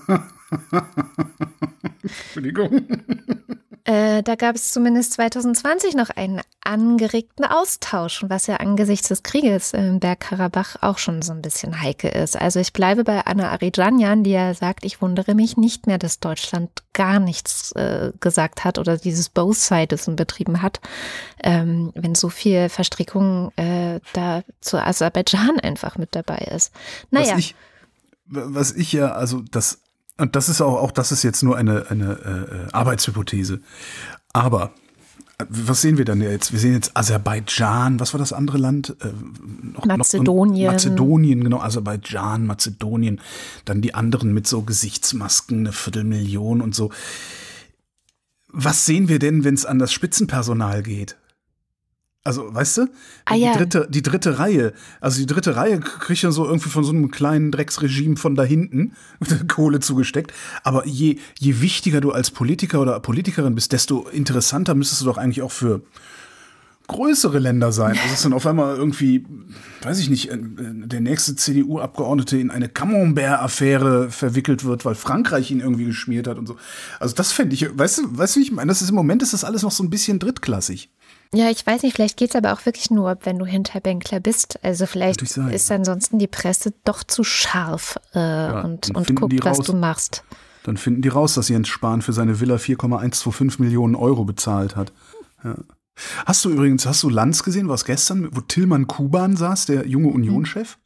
Entschuldigung. Äh, da gab es zumindest zwanzig zwanzig noch einen angeregten Austausch, was ja angesichts des Krieges in Bergkarabach auch schon so ein bisschen heikel ist. Also ich bleibe bei Anna Aridjanyan, die ja sagt, ich wundere mich nicht mehr, dass Deutschland gar nichts äh, gesagt hat oder dieses Both Sides betrieben hat, ähm, wenn so viel Verstrickung äh, da zu Aserbaidschan einfach mit dabei ist. Naja. Was ich, was ich ja, also das Und das ist auch, auch das ist jetzt nur eine, eine äh, Arbeitshypothese. Aber was sehen wir dann jetzt? Wir sehen jetzt Aserbaidschan, was war das andere Land? Äh, noch, Mazedonien. Noch, Mazedonien, genau, Aserbaidschan, Mazedonien. Dann die anderen mit so Gesichtsmasken, eine Viertelmillion und so. Was sehen wir denn, wenn es an das Spitzenpersonal geht? Also, weißt du, ah, die, ja. dritte, die dritte Reihe, also die dritte Reihe kriegt ja so irgendwie von so einem kleinen Drecksregime von da hinten Kohle zugesteckt. Aber je, je wichtiger du als Politiker oder Politikerin bist, desto interessanter müsstest du doch eigentlich auch für größere Länder sein. Also, dass dann auf einmal irgendwie, weiß ich nicht, der nächste C D U-Abgeordnete in eine Camembert-Affäre verwickelt wird, weil Frankreich ihn irgendwie geschmiert hat und so. Also, das fände ich, weißt du, weißt du, wie ich meine? Das ist im Moment ist das alles noch so ein bisschen drittklassig. Ja, ich weiß nicht, vielleicht geht's aber auch wirklich nur, wenn du Hinterbänkler bist. Also vielleicht ist ansonsten die Presse doch zu scharf äh, ja, und, und guckt, was du machst. Dann finden die raus, dass Jens Spahn für seine Villa vier Komma eins zwei fünf Millionen Euro bezahlt hat. Ja. Hast du übrigens, hast du Lanz gesehen, was gestern, wo Tilman Kuban saß, der junge Union-Chef?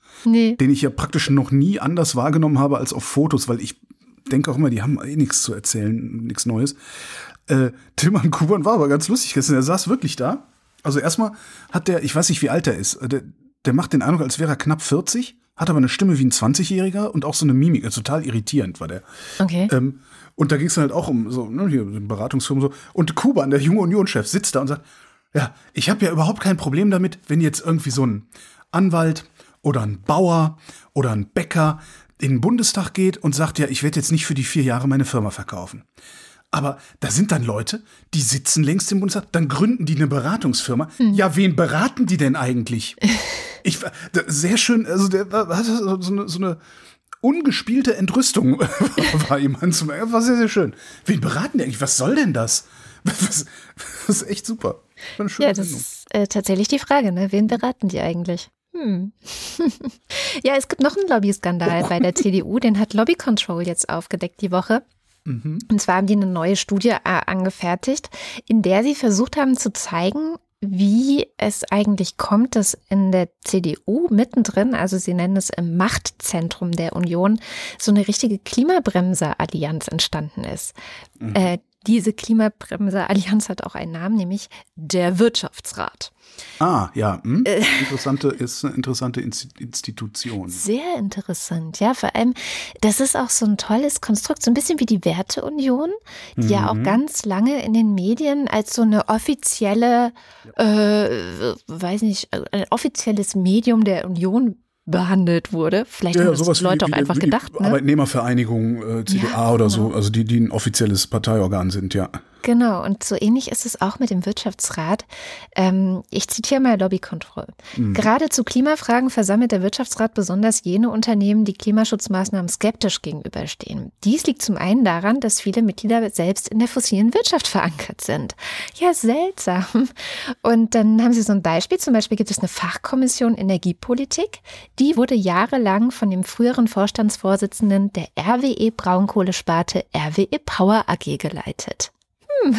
Nee. Den ich ja praktisch noch nie anders wahrgenommen habe als auf Fotos, weil ich denke auch immer, die haben eh nichts zu erzählen, nichts Neues. Äh, Tilman Kuban war aber ganz lustig gestern. Er saß wirklich da. Also erstmal hat der, ich weiß nicht, wie alt er ist, der, der macht den Eindruck, als wäre er knapp vierzig, hat aber eine Stimme wie ein zwanzigjähriger und auch so eine Mimik. Also total irritierend war der. Okay. Ähm, und da ging es halt auch um so, ne, hier Beratungsfirmen so. Und Kuban, der junge Union-Chef, sitzt da und sagt, ja, ich habe ja überhaupt kein Problem damit, wenn jetzt irgendwie so ein Anwalt oder ein Bauer oder ein Bäcker in den Bundestag geht und sagt, ja, ich werde jetzt nicht für die vier Jahre meine Firma verkaufen. Aber da sind dann Leute, die sitzen längst im Bundestag, dann gründen die eine Beratungsfirma. Hm. Ja, wen beraten die denn eigentlich? Ich, sehr schön, also der hatte so eine, so eine ungespielte Entrüstung war jemand zum, war sehr, sehr schön. Wen beraten die eigentlich? Was soll denn das? Das, das ist echt super. Eine schöne ja, das Sendung. ist äh, tatsächlich die Frage, ne? Wen beraten die eigentlich? Hm. Ja, es gibt noch einen Lobbyskandal oh. bei der C D U, den hat Lobby Control jetzt aufgedeckt die Woche. Mhm. Und zwar haben die eine neue Studie äh, angefertigt, in der sie versucht haben zu zeigen, wie es eigentlich kommt, dass in der C D U mittendrin, also sie nennen es im Machtzentrum der Union, so eine richtige Klimabremser-Allianz entstanden ist. Mhm. Äh, diese Klimabremser-Allianz hat auch einen Namen, nämlich der Wirtschaftsrat. Ah, ja. Hm? Äh, interessante, ist eine interessante Institution. Sehr interessant, ja. Vor allem, das ist auch so ein tolles Konstrukt, so ein bisschen wie die Werteunion, die mhm. ja auch ganz lange in den Medien als so eine offizielle, äh, weiß nicht, ein offizielles Medium der Union behandelt wurde. Vielleicht ja, haben das sowas Leute wie, auch wie, einfach wie gedacht. Ne? Arbeitnehmervereinigung, äh, C D A ja, oder genau. so, also die, die ein offizielles Parteiorgan sind, ja. Genau, und so ähnlich ist es auch mit dem Wirtschaftsrat. Ähm, ich zitiere mal Lobby Control. Mhm. Gerade zu Klimafragen versammelt der Wirtschaftsrat besonders jene Unternehmen, die Klimaschutzmaßnahmen skeptisch gegenüberstehen. Dies liegt zum einen daran, dass viele Mitglieder selbst in der fossilen Wirtschaft verankert sind. Ja, seltsam. Und dann haben sie so ein Beispiel. Zum Beispiel gibt es eine Fachkommission Energiepolitik. Die wurde jahrelang von dem früheren Vorstandsvorsitzenden der R W E Braunkohlesparte R W E Power A G geleitet. Hm.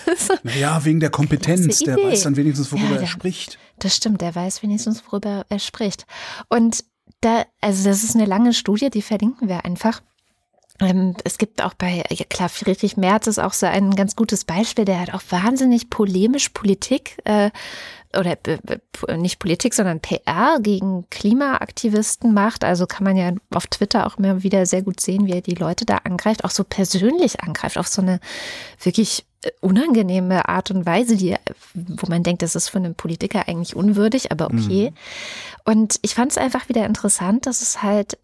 Naja, wegen der Kompetenz, der weiß dann wenigstens, worüber ja, der, er spricht. Das stimmt, der weiß wenigstens, worüber er spricht. Und da, also das ist eine lange Studie, die verlinken wir einfach. Ähm, es gibt auch bei, ja klar, Friedrich Merz ist auch so ein ganz gutes Beispiel, der hat auch wahnsinnig polemisch Politik, äh, oder äh, nicht Politik, sondern P R gegen Klimaaktivisten macht. Also kann man ja auf Twitter auch immer wieder sehr gut sehen, wie er die Leute da angreift, auch so persönlich angreift, auf so eine wirklich unangenehme Art und Weise, die, wo man denkt, das ist für einen Politiker eigentlich unwürdig, aber okay. Mhm. Und ich fand es einfach wieder interessant, dass es halt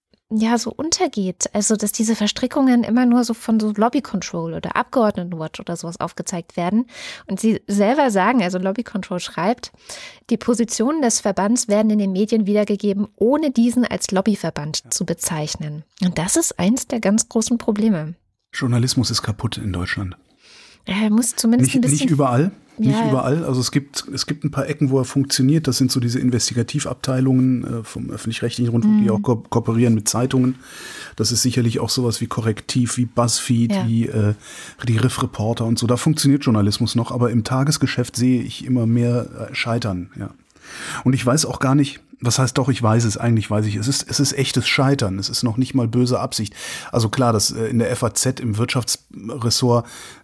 ja so untergeht. Also, dass diese Verstrickungen immer nur so von so Lobby Control oder Abgeordnetenwatch oder sowas aufgezeigt werden. Und sie selber sagen, also Lobby Control schreibt, die Positionen des Verbands werden in den Medien wiedergegeben, ohne diesen als Lobbyverband ja. zu bezeichnen. Und das ist eins der ganz großen Probleme. Journalismus ist kaputt in Deutschland. Er muss zumindest nicht, ein bisschen... Nicht überall. Nicht ja, überall. Also es gibt, es gibt ein paar Ecken, wo er funktioniert. Das sind so diese Investigativabteilungen äh, vom öffentlich-rechtlichen Rundfunk, mhm. die auch ko- kooperieren mit Zeitungen. Das ist sicherlich auch sowas wie Korrektiv, wie BuzzFeed, ja. wie äh, die Riff Reporter und so. Da funktioniert Journalismus noch. Aber im Tagesgeschäft sehe ich immer mehr äh, Scheitern. Ja. Und ich weiß auch gar nicht, was heißt doch, ich weiß es, eigentlich weiß ich, es ist, es ist echtes Scheitern, es ist noch nicht mal böse Absicht. Also klar, dass äh, in der F A Z im Wirtschaftsressort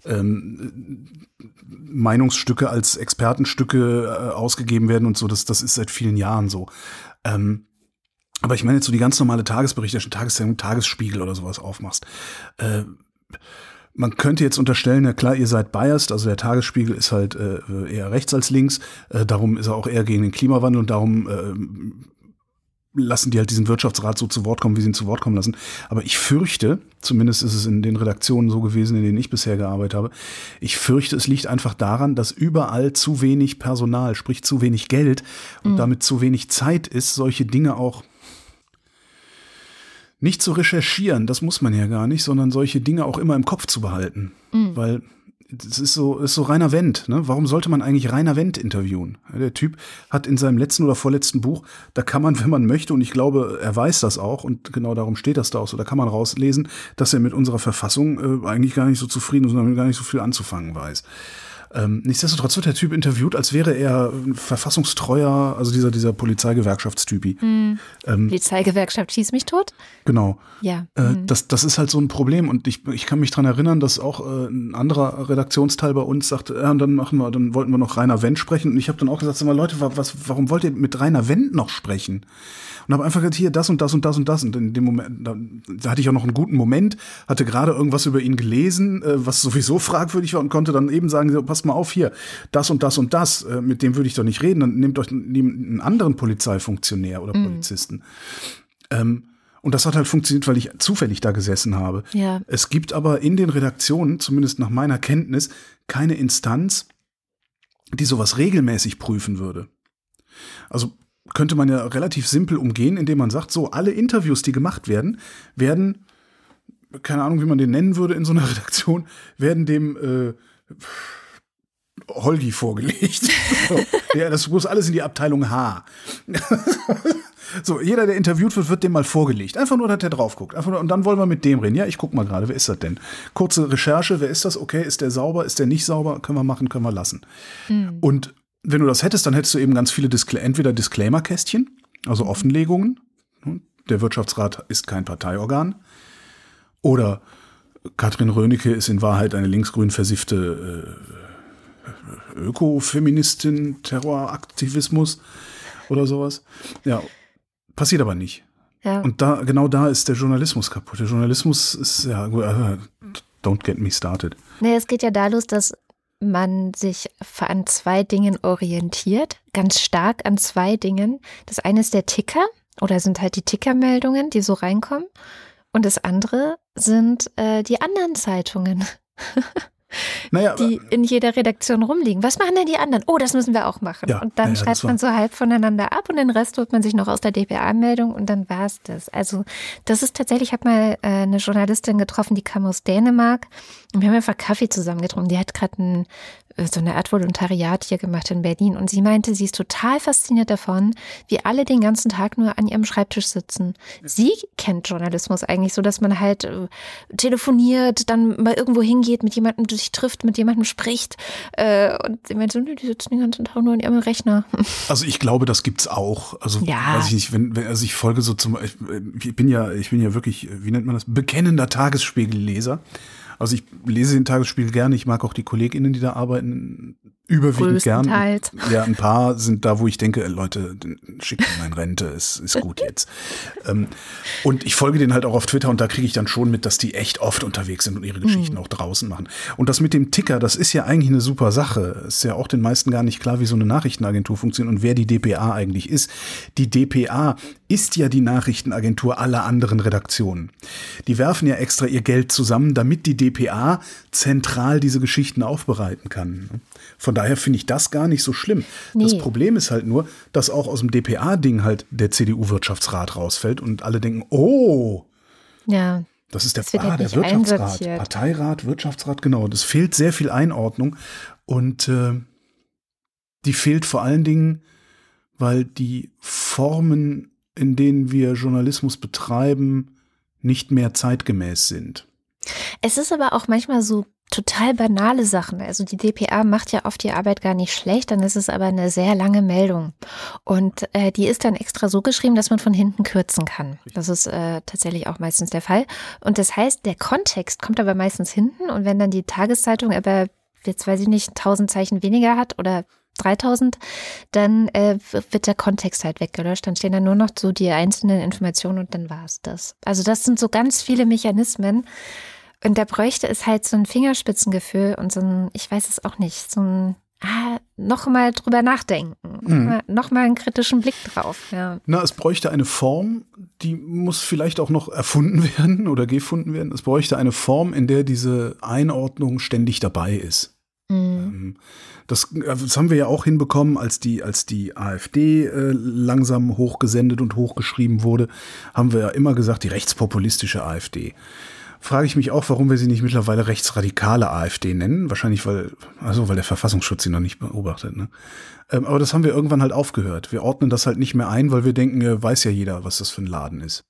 ähm, Meinungsstücke als Expertenstücke äh, ausgegeben werden und so, das, das ist seit vielen Jahren so. Ähm, aber ich meine jetzt so die ganz normale Tagesberichterstattung, Tageszeitung, Tagesspiegel oder sowas aufmachst. Äh, Man könnte jetzt unterstellen, na klar, ihr seid biased, also der Tagesspiegel ist halt äh, eher rechts als links, äh, darum ist er auch eher gegen den Klimawandel und darum äh, lassen die halt diesen Wirtschaftsrat so zu Wort kommen, wie sie ihn zu Wort kommen lassen. Aber ich fürchte, zumindest ist es in den Redaktionen so gewesen, in denen ich bisher gearbeitet habe, ich fürchte, es liegt einfach daran, dass überall zu wenig Personal, sprich zu wenig Geld und mhm. damit zu wenig Zeit ist, solche Dinge auch nicht zu recherchieren, das muss man ja gar nicht, sondern solche Dinge auch immer im Kopf zu behalten. Mhm. Weil das ist so, ist so Rainer Wendt. Ne? Warum sollte man eigentlich Rainer Wendt interviewen? Der Typ hat in seinem letzten oder vorletzten Buch, da kann man, wenn man möchte, und ich glaube, er weiß das auch, und genau darum steht das da auch so, da kann man rauslesen, dass er mit unserer Verfassung äh, eigentlich gar nicht so zufrieden ist und damit gar nicht so viel anzufangen weiß. Ähm, nichtsdestotrotz wird der Typ interviewt, als wäre er ein verfassungstreuer, also dieser, dieser Polizeigewerkschaftstypi. Mhm. Ähm, Polizeigewerkschaft schießt mich tot? Genau. Ja. Äh, mhm. das, das ist halt so ein Problem und ich, ich kann mich dran erinnern, dass auch äh, ein anderer Redaktionsteil bei uns sagte, ja, und dann machen wir, dann wollten wir noch Rainer Wendt sprechen und ich habe dann auch gesagt, sag mal, Leute, was, warum wollt ihr mit Rainer Wendt noch sprechen? Und habe einfach gesagt, hier das und das und das und das und in dem Moment, da, da hatte ich auch noch einen guten Moment, hatte gerade irgendwas über ihn gelesen, äh, was sowieso fragwürdig war und konnte dann eben sagen, so, passt mal auf hier, das und das und das, äh, mit dem würde ich doch nicht reden, dann nehmt euch einen anderen Polizeifunktionär oder mhm. Polizisten. Ähm, Und das hat halt funktioniert, weil ich zufällig da gesessen habe. Ja. Es gibt aber in den Redaktionen, zumindest nach meiner Kenntnis, keine Instanz, die sowas regelmäßig prüfen würde. Also könnte man ja relativ simpel umgehen, indem man sagt, so, alle Interviews, die gemacht werden, werden, keine Ahnung, wie man den nennen würde in so einer Redaktion, werden dem äh, Holgi vorgelegt. Ja, das muss alles in die Abteilung H. So, jeder, der interviewt wird, wird dem mal vorgelegt. Einfach nur, dass der drauf guckt. Einfach nur, und dann wollen wir mit dem reden. Ja, ich guck mal gerade, wer ist das denn? Kurze Recherche, wer ist das? Okay, ist der sauber? Ist der nicht sauber? Können wir machen, können wir lassen. Mhm. Und wenn du das hättest, dann hättest du eben ganz viele Diskla- entweder Disclaimer-Kästchen, also Offenlegungen. Der Wirtschaftsrat ist kein Parteiorgan. Oder Katrin Rönecke ist in Wahrheit eine linksgrün versiffte äh, Ökofeministin, Terroraktivismus oder sowas. Ja, passiert aber nicht. Ja. Und da, genau da ist der Journalismus kaputt. Der Journalismus ist, ja, don't get me started. Nee, es geht ja da los, dass man sich an zwei Dingen orientiert, ganz stark an zwei Dingen. Das eine ist der Ticker oder sind halt die Tickermeldungen, die so reinkommen. Und das andere sind äh, die anderen Zeitungen. Naja, die in jeder Redaktion rumliegen. Was machen denn die anderen? Oh, das müssen wir auch machen. Ja, und dann ja, schreibt man so halb voneinander ab und den Rest holt man sich noch aus der D P A-Meldung und dann war es das. Also das ist tatsächlich, ich habe mal äh, eine Journalistin getroffen, die kam aus Dänemark und wir haben einfach Kaffee zusammen getrunken. Die hat gerade ein so eine Art Volontariat hier gemacht in Berlin und sie meinte, sie ist total fasziniert davon, wie alle den ganzen Tag nur an ihrem Schreibtisch sitzen. Sie kennt Journalismus eigentlich so, dass man halt äh, telefoniert, dann mal irgendwo hingeht, mit jemandem sich trifft, mit jemandem spricht äh, und sie meinte, die sitzen den ganzen Tag nur an ihrem Rechner. Also ich glaube, das gibt's auch. Also ja. weiß ich nicht, wenn, wenn also ich folge so zum ich, ich bin ja ich bin ja wirklich, wie nennt man das, bekennender Tagesspiegelleser. Also ich lese den Tagesspiegel gerne, ich mag auch die KollegInnen, die da arbeiten, überwiegend gern. Ja, ein paar sind da, wo ich denke, Leute, schickt mir meine Rente, ist, ist gut jetzt. ähm, und ich folge denen halt auch auf Twitter und da kriege ich dann schon mit, dass die echt oft unterwegs sind und ihre Geschichten mhm. auch draußen machen. Und das mit dem Ticker, das ist ja eigentlich eine super Sache. Ist ja auch den meisten gar nicht klar, wie so eine Nachrichtenagentur funktioniert und wer die D P A eigentlich ist. Die D P A ist ja die Nachrichtenagentur aller anderen Redaktionen. Die werfen ja extra ihr Geld zusammen, damit die D P A zentral diese Geschichten aufbereiten kann. Von daher finde ich das gar nicht so schlimm. Nee. Das Problem ist halt nur, dass auch aus dem D P A-Ding halt der C D U-Wirtschaftsrat rausfällt und alle denken, oh, ja, das ist der, das ah, der Wirtschaftsrat, Parteirat, Wirtschaftsrat, genau. Das fehlt sehr viel Einordnung und äh, die fehlt vor allen Dingen, weil die Formen, in denen wir Journalismus betreiben, nicht mehr zeitgemäß sind. Es ist aber auch manchmal so total banale Sachen. Also die D P A macht ja oft die Arbeit gar nicht schlecht, dann ist es aber eine sehr lange Meldung. Und äh, die ist dann extra so geschrieben, dass man von hinten kürzen kann. Das ist äh, tatsächlich auch meistens der Fall. Und das heißt, der Kontext kommt aber meistens hinten. Und wenn dann die Tageszeitung aber, jetzt weiß ich nicht, tausend Zeichen weniger hat oder dreitausend, dann äh, wird der Kontext halt weggelöscht. Dann stehen da nur noch so die einzelnen Informationen und dann war es das. Also das sind so ganz viele Mechanismen. Und da bräuchte es halt so ein Fingerspitzengefühl und so ein, ich weiß es auch nicht, so ein, ah, noch mal drüber nachdenken, mhm. noch mal einen kritischen Blick drauf. Ja. Na, es bräuchte eine Form, die muss vielleicht auch noch erfunden werden oder gefunden werden. Es bräuchte eine Form, in der diese Einordnung ständig dabei ist. Mhm. Das, das haben wir ja auch hinbekommen, als die, als die AfD äh, langsam hochgesendet und hochgeschrieben wurde, haben wir ja immer gesagt, die rechtspopulistische AfD. Frage ich mich auch, warum wir sie nicht mittlerweile rechtsradikale AfD nennen. Wahrscheinlich, weil, also weil der Verfassungsschutz sie noch nicht beobachtet. Ne? Ähm, aber das haben wir irgendwann halt aufgehört. Wir ordnen das halt nicht mehr ein, weil wir denken, äh, weiß ja jeder, was das für ein Laden ist.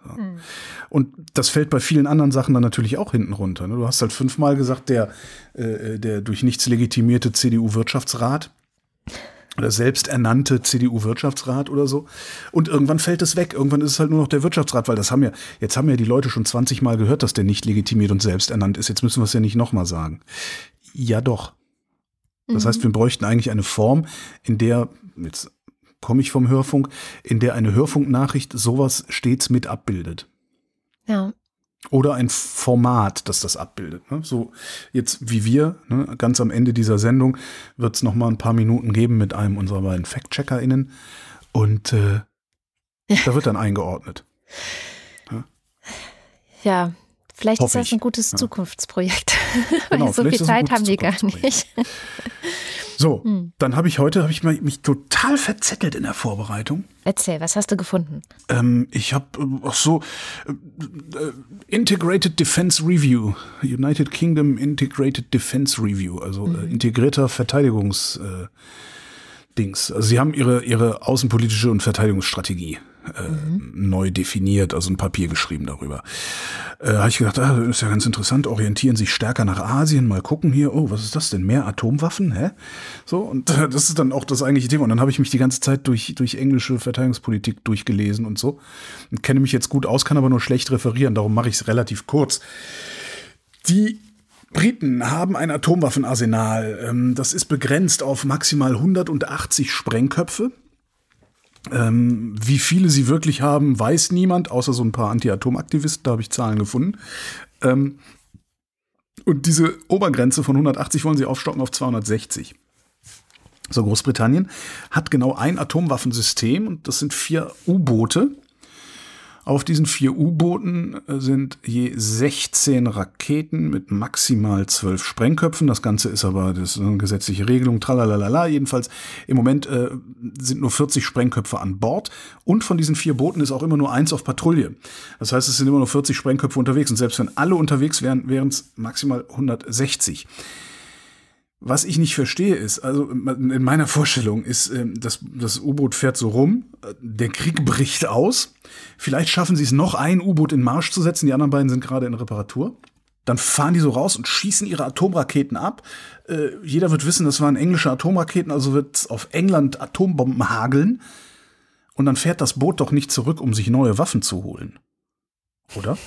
Ja. Mhm. Und das fällt bei vielen anderen Sachen dann natürlich auch hinten runter. Ne? Du hast halt fünfmal gesagt, der, äh, der durch nichts legitimierte C D U-Wirtschaftsrat oder selbsternannte C D U-Wirtschaftsrat oder so. Und irgendwann fällt es weg. Irgendwann ist es halt nur noch der Wirtschaftsrat, weil das haben ja, jetzt haben ja die Leute schon zwanzig Mal gehört, dass der nicht legitimiert und selbsternannt ist. Jetzt müssen wir es ja nicht nochmal sagen. Ja, doch. Das mhm. heißt, wir bräuchten eigentlich eine Form, in der, jetzt komme ich vom Hörfunk, in der eine Hörfunknachricht sowas stets mit abbildet. Ja. Oder ein Format, das das abbildet. Ne? So jetzt wie wir, ne? Ganz am Ende dieser Sendung wird es noch mal ein paar Minuten geben mit einem unserer beiden Fact-CheckerInnen und äh, da wird dann eingeordnet. Ja, ja, vielleicht Hoffe ist das ein gutes ich. Zukunftsprojekt. Genau, so viel Zeit haben die gar nicht. So, hm. dann habe ich heute hab ich mich total verzettelt in der Vorbereitung. Erzähl, was hast du gefunden? Ähm, ich habe, ach so, äh, Integrated Defense Review, United Kingdom Integrated Defense Review, also mhm. äh, integrierter Verteidigungs äh, Dings. Also sie haben ihre, ihre außenpolitische und Verteidigungsstrategie äh, mhm. neu definiert, also ein Papier geschrieben darüber. Äh, habe ich gedacht, ah, das ist ja ganz interessant, orientieren sich stärker nach Asien, mal gucken hier, oh, was ist das denn, mehr Atomwaffen, hä? So, und äh, das ist dann auch das eigentliche Thema. Und dann habe ich mich die ganze Zeit durch, durch englische Verteidigungspolitik durchgelesen und so. Und kenne mich jetzt gut aus, kann aber nur schlecht referieren, darum mache ich es relativ kurz. Die Briten haben ein Atomwaffenarsenal. Das ist begrenzt auf maximal hundertachtzig Sprengköpfe. Wie viele sie wirklich haben, weiß niemand, außer so ein paar Anti-Atom-Aktivisten. Da habe ich Zahlen gefunden. Und diese Obergrenze von hundertachtzig wollen sie aufstocken auf zweihundertsechzig. So, Großbritannien hat genau ein Atomwaffensystem und das sind vier U-Boote. Auf diesen vier U-Booten sind je sechzehn Raketen mit maximal zwölf Sprengköpfen. Das Ganze ist aber das ist eine gesetzliche Regelung, tralalala. Jedenfalls im Moment äh, sind nur vierzig Sprengköpfe an Bord. Und von diesen vier Booten ist auch immer nur eins auf Patrouille. Das heißt, es sind immer nur vierzig Sprengköpfe unterwegs. Und selbst wenn alle unterwegs wären, wären es maximal hundertsechzig. Was ich nicht verstehe ist, also in meiner Vorstellung ist, das, das U-Boot fährt so rum, der Krieg bricht aus, vielleicht schaffen sie es noch, ein U-Boot in Marsch zu setzen, die anderen beiden sind gerade in Reparatur. Dann fahren die so raus und schießen ihre Atomraketen ab. Äh, jeder wird wissen, das waren englische Atomraketen, also wird es auf England Atombomben hageln. Und dann fährt das Boot doch nicht zurück, um sich neue Waffen zu holen. Oder?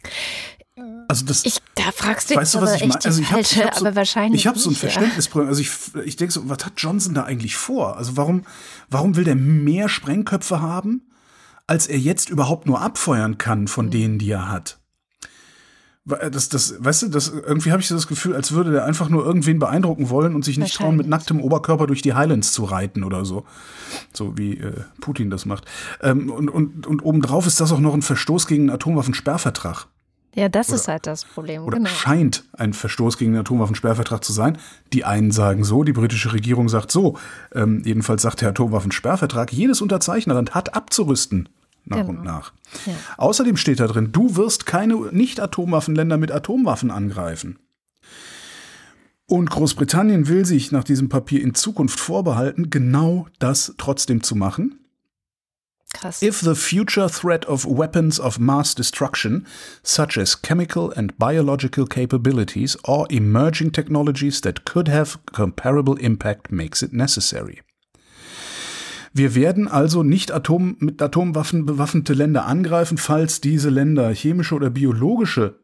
Also das, ich, da fragst du weißt du, was ich meine? Also ich habe so, aber wahrscheinlich ich habe so ein Verständnisproblem. Also ich, ich denke so, was hat Johnson da eigentlich vor? Also warum, warum will der mehr Sprengköpfe haben, als er jetzt überhaupt nur abfeuern kann von mhm. denen, die er hat? Das, das, weißt du, das, irgendwie habe ich so das Gefühl, als würde der einfach nur irgendwen beeindrucken wollen und sich nicht trauen, mit nacktem Oberkörper durch die Highlands zu reiten oder so. So wie äh, Putin das macht. Ähm, und, und, und obendrauf ist das auch noch ein Verstoß gegen einen Atomwaffensperrvertrag. Ja, das oder, ist halt das Problem. Oder genau. scheint ein Verstoß gegen den Atomwaffensperrvertrag zu sein. Die einen sagen so, die britische Regierung sagt so. Ähm, jedenfalls sagt der Atomwaffensperrvertrag, jedes Unterzeichnerland hat abzurüsten. Nach genau. und nach. Ja. Außerdem steht da drin, du wirst keine Nicht-Atomwaffenländer mit Atomwaffen angreifen. Und Großbritannien will sich nach diesem Papier in Zukunft vorbehalten, genau das trotzdem zu machen. Krass. If the future threat of weapons of mass destruction, such as chemical and biological capabilities or emerging technologies that could have comparable impact makes it necessary. Wir werden also nicht Atom, mit Atomwaffen bewaffnete Länder angreifen, falls diese Länder chemische oder biologische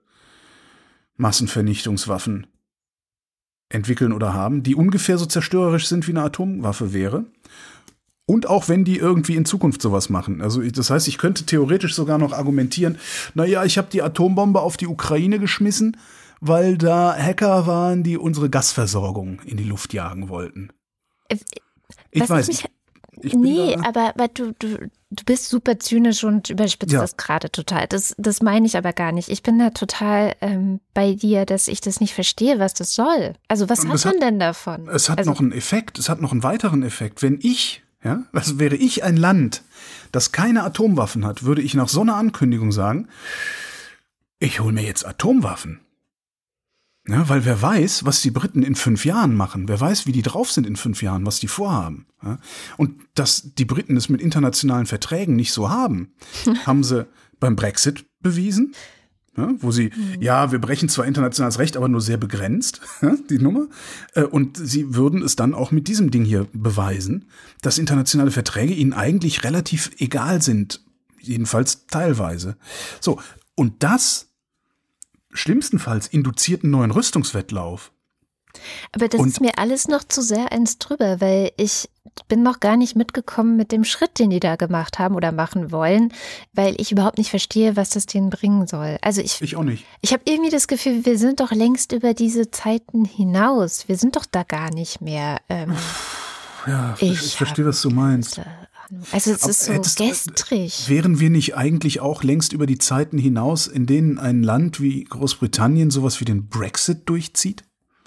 Massenvernichtungswaffen entwickeln oder haben, die ungefähr so zerstörerisch sind, wie eine Atomwaffe wäre. Und auch wenn die irgendwie in Zukunft sowas machen. Also das heißt, ich könnte theoretisch sogar noch argumentieren, naja, ich habe die Atombombe auf die Ukraine geschmissen, weil da Hacker waren, die unsere Gasversorgung in die Luft jagen wollten. Ich Was weiß nicht. Ich nee, aber, aber du, du, du bist super zynisch und überspitzt ja. das gerade total. Das, das meine ich aber gar nicht. Ich bin da total ähm, bei dir, dass ich das nicht verstehe, was das soll. Also was hat man hat, denn davon? Es hat also, noch einen Effekt, es hat noch einen weiteren Effekt. Wenn ich, ja, also wäre ich ein Land, das keine Atomwaffen hat, würde ich nach so einer Ankündigung sagen, ich hole mir jetzt Atomwaffen. Ja, weil wer weiß, was die Briten in fünf Jahren machen. Wer weiß, wie die drauf sind in fünf Jahren, was die vorhaben. Ja, und dass die Briten es mit internationalen Verträgen nicht so haben, haben sie beim Brexit bewiesen. Ja, wo sie, mhm. ja, wir brechen zwar internationales Recht, aber nur sehr begrenzt, die Nummer. Und sie würden es dann auch mit diesem Ding hier beweisen, dass internationale Verträge ihnen eigentlich relativ egal sind. Jedenfalls teilweise. So, und das schlimmstenfalls induziert einen neuen Rüstungswettlauf. Aber das und ist mir alles noch zu sehr eins drüber, weil ich bin noch gar nicht mitgekommen mit dem Schritt, den die da gemacht haben oder machen wollen, weil ich überhaupt nicht verstehe, was das denen bringen soll. Also ich, ich auch nicht. Ich habe irgendwie das Gefühl, wir sind doch längst über diese Zeiten hinaus. Wir sind doch da gar nicht mehr. Ähm, ja, ich, ich verstehe, was du meinst. Also es Aber ist so hättest, gestrig. Wären wir nicht eigentlich auch längst über die Zeiten hinaus, in denen ein Land wie Großbritannien sowas wie den Brexit durchzieht?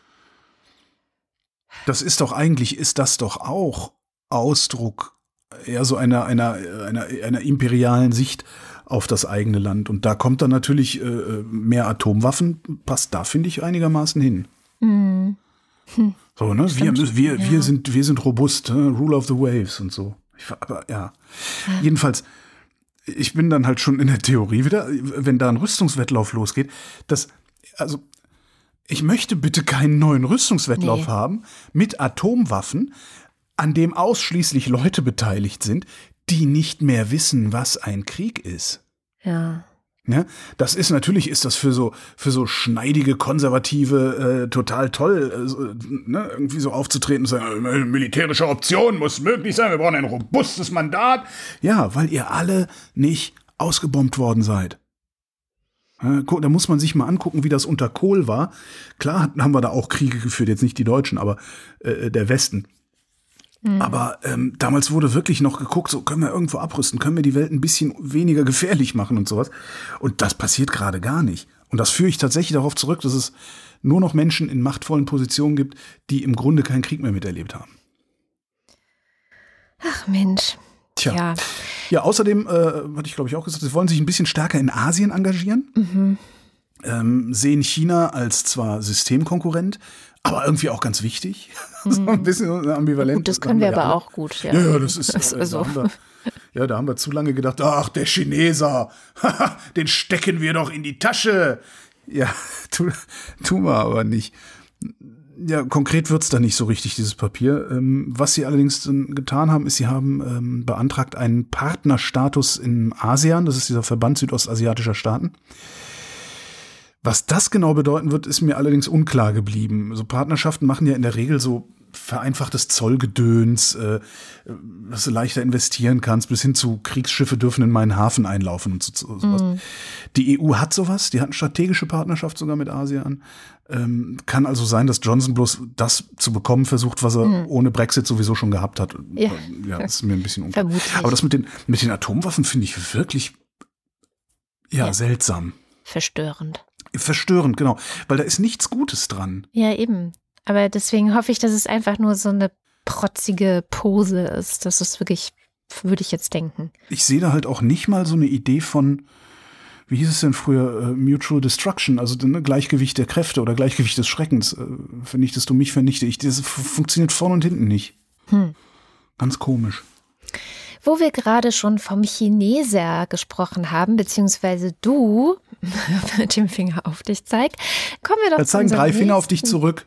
Das ist doch eigentlich, ist das doch auch Ausdruck eher so einer, einer, einer, einer imperialen Sicht auf das eigene Land. Und da kommt dann natürlich äh, mehr Atomwaffen, passt da, finde ich, einigermaßen hin. Mhm. Hm. So, ne? Wir, wir, ja. wir, sind, wir sind robust, ne? Rule of the Waves und so. Ich, aber ja. ja, jedenfalls, ich bin dann halt schon in der Theorie wieder, wenn da ein Rüstungswettlauf losgeht, dass, also, ich möchte bitte keinen neuen Rüstungswettlauf nee. haben mit Atomwaffen, an dem ausschließlich Leute beteiligt sind, die nicht mehr wissen, was ein Krieg ist. Ja. Ja, das ist natürlich, ist das für so für so schneidige Konservative äh, total toll, äh, so, ne, irgendwie so aufzutreten und zu sagen, äh, militärische Option muss möglich sein, wir brauchen ein robustes Mandat. Ja, weil ihr alle nicht ausgebombt worden seid. Ja, da muss man sich mal angucken, wie das unter Kohl war. Klar haben wir da auch Kriege geführt, jetzt nicht die Deutschen, aber äh, der Westen. Mhm. Aber ähm, damals wurde wirklich noch geguckt, so können wir irgendwo abrüsten, können wir die Welt ein bisschen weniger gefährlich machen und sowas. Und das passiert gerade gar nicht. Und das führe ich tatsächlich darauf zurück, dass es nur noch Menschen in machtvollen Positionen gibt, die im Grunde keinen Krieg mehr miterlebt haben. Ach Mensch. Tja. Ja, ja außerdem, äh, hatte ich glaube ich auch gesagt, sie wollen sich ein bisschen stärker in Asien engagieren. Mhm. Ähm, sehen China als zwar Systemkonkurrent, aber irgendwie auch ganz wichtig. So ein bisschen ambivalent. Gut, das können wir aber ja auch gut. Ja, ja, ja das ist das äh, ist so. da haben wir, ja, da haben wir zu lange gedacht, ach, der Chineser, den stecken wir doch in die Tasche. Ja, tu, tun wir aber nicht. Ja, konkret wird's da nicht so richtig, dieses Papier. Ähm, was sie allerdings getan haben, ist, sie haben ähm, beantragt einen Partnerstatus im ASEAN, das ist dieser Verband südostasiatischer Staaten. Was das genau bedeuten wird, ist mir allerdings unklar geblieben. Also Partnerschaften machen ja in der Regel so vereinfachtes Zollgedöns, äh, dass du leichter investieren kannst, bis hin zu Kriegsschiffe dürfen in meinen Hafen einlaufen und so, so, sowas. Mm. Die E U hat sowas, die hat eine strategische Partnerschaft sogar mit ASEAN. Ähm, kann also sein, dass Johnson bloß das zu bekommen versucht, was er mm. ohne Brexit sowieso schon gehabt hat. Ja, ja, das ist mir ein bisschen unklar. Vermutlich. Aber das mit den, mit den Atomwaffen finde ich wirklich ja, ja. seltsam. Verstörend. Verstörend, genau. Weil da ist nichts Gutes dran. Ja, eben. Aber deswegen hoffe ich, dass es einfach nur so eine protzige Pose ist. Das ist wirklich, würde ich jetzt denken. Ich sehe da halt auch nicht mal so eine Idee von, wie hieß es denn früher, uh, Mutual Destruction, also ne, Gleichgewicht der Kräfte oder Gleichgewicht des Schreckens. Uh, vernichtest du mich, vernichte ich. Das funktioniert vorne und hinten nicht. Hm. Ganz komisch. Wo wir gerade schon vom Chineser gesprochen haben, beziehungsweise du mit dem Finger auf dich zeigst, kommen wir doch da zu zeigen drei nächsten. Finger auf dich zurück.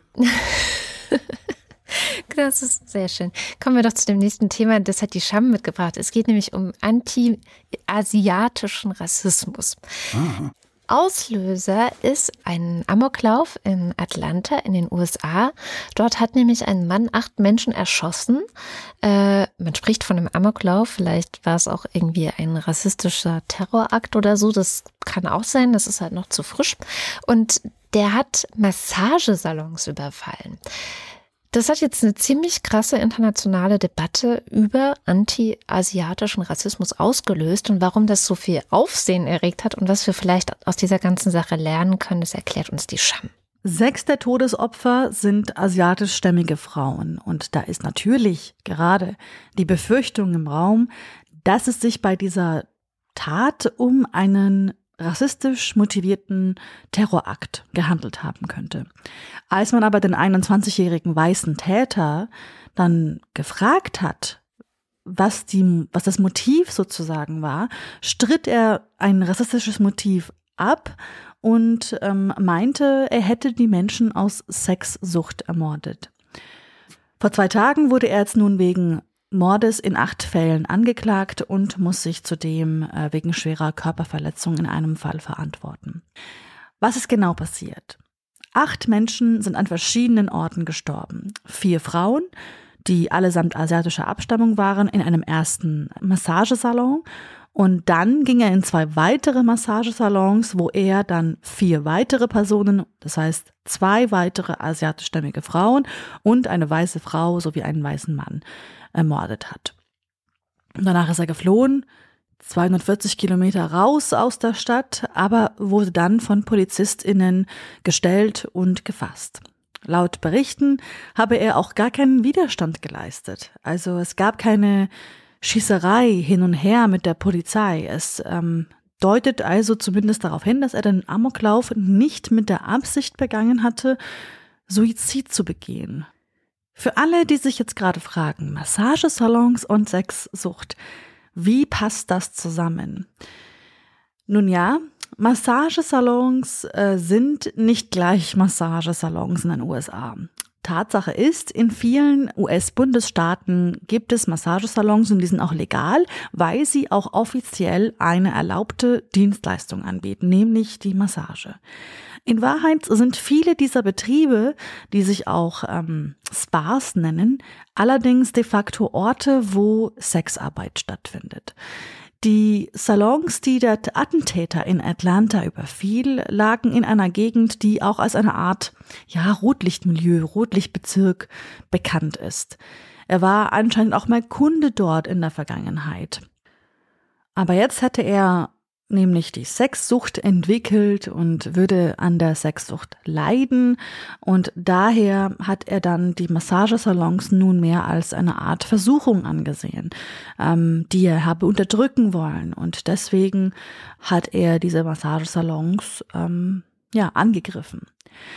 Das ist sehr schön. Kommen wir doch zu dem nächsten Thema, das hat die Scham mitgebracht. Es geht nämlich um anti-asiatischen Rassismus. Aha. Auslöser ist ein Amoklauf in Atlanta in den U S A. Dort hat nämlich ein Mann acht Menschen erschossen. Äh, man spricht von einem Amoklauf, vielleicht war es auch irgendwie ein rassistischer Terrorakt oder so. Das kann auch sein, das ist halt noch zu frisch. Und der hat Massagesalons überfallen. Das hat jetzt eine ziemlich krasse internationale Debatte über anti-asiatischen Rassismus ausgelöst und warum das so viel Aufsehen erregt hat und was wir vielleicht aus dieser ganzen Sache lernen können, das erklärt uns die Scham. Sechs der Todesopfer sind asiatischstämmige Frauen und da ist natürlich gerade die Befürchtung im Raum, dass es sich bei dieser Tat um einen rassistisch motivierten Terrorakt gehandelt haben könnte. Als man aber den einundzwanzigjährigen weißen Täter dann gefragt hat, was, die, was das Motiv sozusagen war, stritt er ein rassistisches Motiv ab und ähm, meinte, er hätte die Menschen aus Sexsucht ermordet. Vor zwei Tagen wurde er jetzt nun wegen Mordes in acht Fällen angeklagt und muss sich zudem äh, wegen schwerer Körperverletzung in einem Fall verantworten. Was ist genau passiert? Acht Menschen sind an verschiedenen Orten gestorben. Vier Frauen, die allesamt asiatischer Abstammung waren, in einem ersten Massagesalon. Und dann ging er in zwei weitere Massagesalons, wo er dann vier weitere Personen, das heißt zwei weitere asiatischstämmige Frauen und eine weiße Frau sowie einen weißen Mann ermordet hat. Und danach ist er geflohen, zweihundertvierzig Kilometer raus aus der Stadt, aber wurde dann von PolizistInnen gestellt und gefasst. Laut Berichten habe er auch gar keinen Widerstand geleistet. Also es gab keine Schießerei hin und her mit der Polizei. Es ähm, deutet also zumindest darauf hin, dass er den Amoklauf nicht mit der Absicht begangen hatte, Suizid zu begehen. Für alle, die sich jetzt gerade fragen, Massagesalons und Sexsucht, wie passt das zusammen? Nun ja, Massagesalons äh, sind nicht gleich Massagesalons in den U S A. Tatsache ist, in vielen U S-Bundesstaaten gibt es Massagesalons und die sind auch legal, weil sie auch offiziell eine erlaubte Dienstleistung anbieten, nämlich die Massage. In Wahrheit sind viele dieser Betriebe, die sich auch ähm, Spas nennen, allerdings de facto Orte, wo Sexarbeit stattfindet. Die Salons, die der Attentäter in Atlanta überfiel, lagen in einer Gegend, die auch als eine Art ja, Rotlichtmilieu, Rotlichtbezirk bekannt ist. Er war anscheinend auch mal Kunde dort in der Vergangenheit. Aber jetzt hätte er nämlich die Sexsucht entwickelt und würde an der Sexsucht leiden. Und daher hat er dann die Massagesalons nunmehr als eine Art Versuchung angesehen, ähm, die er habe unterdrücken wollen. Und deswegen hat er diese Massagesalons ähm, ja, angegriffen.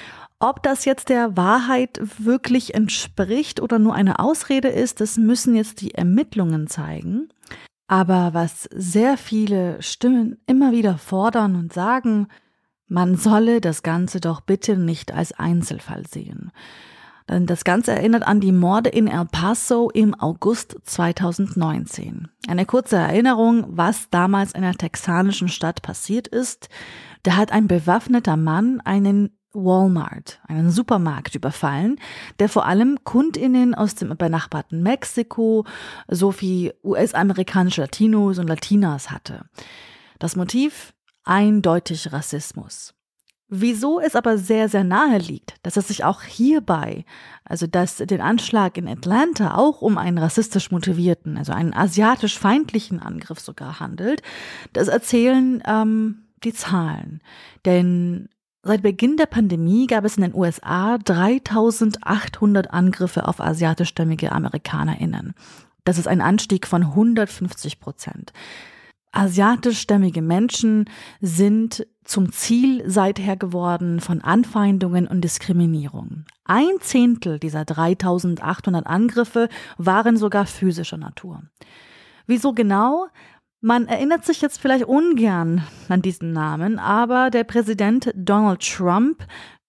Ob das jetzt der Wahrheit wirklich entspricht oder nur eine Ausrede ist, das müssen jetzt die Ermittlungen zeigen. Aber was sehr viele Stimmen immer wieder fordern und sagen, man solle das Ganze doch bitte nicht als Einzelfall sehen. Denn das Ganze erinnert an die Morde in El Paso im August zweitausendneunzehn. Eine kurze Erinnerung, was damals in einer texanischen Stadt passiert ist. Da hat ein bewaffneter Mann einen Walmart, einen Supermarkt überfallen, der vor allem KundInnen aus dem benachbarten Mexiko sowie U S-amerikanische Latinos und Latinas hatte. Das Motiv? Eindeutig Rassismus. Wieso es aber sehr, sehr nahe liegt, dass es sich auch hierbei, also dass den Anschlag in Atlanta auch um einen rassistisch motivierten, also einen asiatisch-feindlichen Angriff sogar handelt, das erzählen ähm, die Zahlen. Denn seit Beginn der Pandemie gab es in den U S A dreitausendachthundert Angriffe auf asiatischstämmige AmerikanerInnen. Das ist ein Anstieg von hundertfünfzig Prozent. Asiatischstämmige Menschen sind zum Ziel seither geworden von Anfeindungen und Diskriminierung. Ein Zehntel dieser dreitausendachthundert Angriffe waren sogar physischer Natur. Wieso genau? Man erinnert sich jetzt vielleicht ungern an diesen Namen, aber der Präsident Donald Trump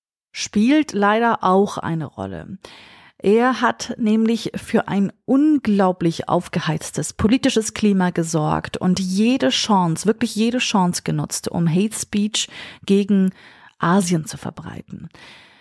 spielt leider auch eine Rolle. Er hat nämlich für ein unglaublich aufgeheiztes politisches Klima gesorgt und jede Chance, wirklich jede Chance genutzt, um Hate Speech gegen Asien zu verbreiten.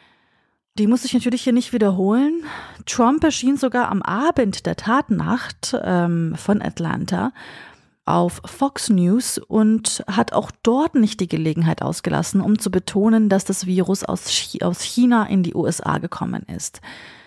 Die muss ich natürlich hier nicht wiederholen. Trump erschien sogar am Abend der Tatnacht ähm, von Atlanta auf Fox News und hat auch dort nicht die Gelegenheit ausgelassen, um zu betonen, dass das Virus aus China in die U S A gekommen ist.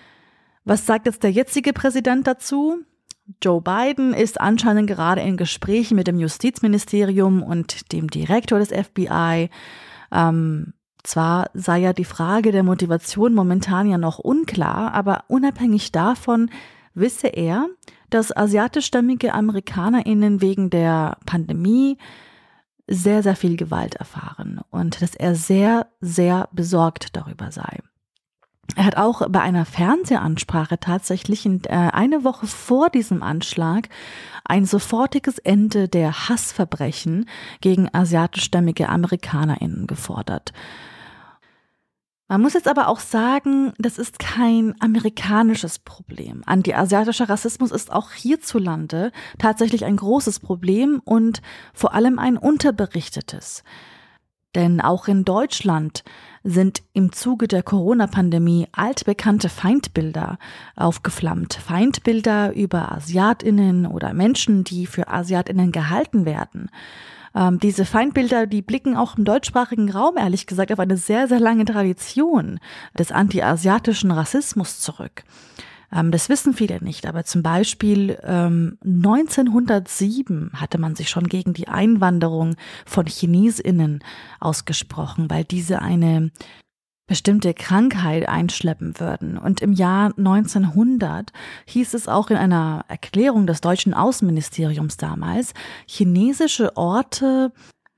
Was sagt jetzt der jetzige Präsident dazu? Joe Biden ist anscheinend gerade in Gesprächen mit dem Justizministerium und dem Direktor des F B I. Ähm, zwar sei ja die Frage der Motivation momentan ja noch unklar, aber unabhängig davon wisse er, dass asiatischstämmige AmerikanerInnen wegen der Pandemie sehr, sehr viel Gewalt erfahren und dass er sehr, sehr besorgt darüber sei. Er hat auch bei einer Fernsehansprache tatsächlich in, äh, eine Woche vor diesem Anschlag ein sofortiges Ende der Hassverbrechen gegen asiatischstämmige AmerikanerInnen gefordert. Man muss jetzt aber auch sagen, das ist kein amerikanisches Problem. Anti-asiatischer Rassismus ist auch hierzulande tatsächlich ein großes Problem und vor allem ein unterberichtetes. Denn auch in Deutschland sind im Zuge der Corona-Pandemie altbekannte Feindbilder aufgeflammt. Feindbilder über AsiatInnen oder Menschen, die für AsiatInnen gehalten werden. Ähm, diese Feindbilder, die blicken auch im deutschsprachigen Raum, ehrlich gesagt, auf eine sehr, sehr lange Tradition des anti-asiatischen Rassismus zurück. Ähm, das wissen viele nicht, aber zum Beispiel ähm, neunzehnhundertsieben hatte man sich schon gegen die Einwanderung von ChinesInnen ausgesprochen, weil diese eine bestimmte Krankheit einschleppen würden. Und im Jahr neunzehnhundert hieß es auch in einer Erklärung des deutschen Außenministeriums damals, chinesische Orte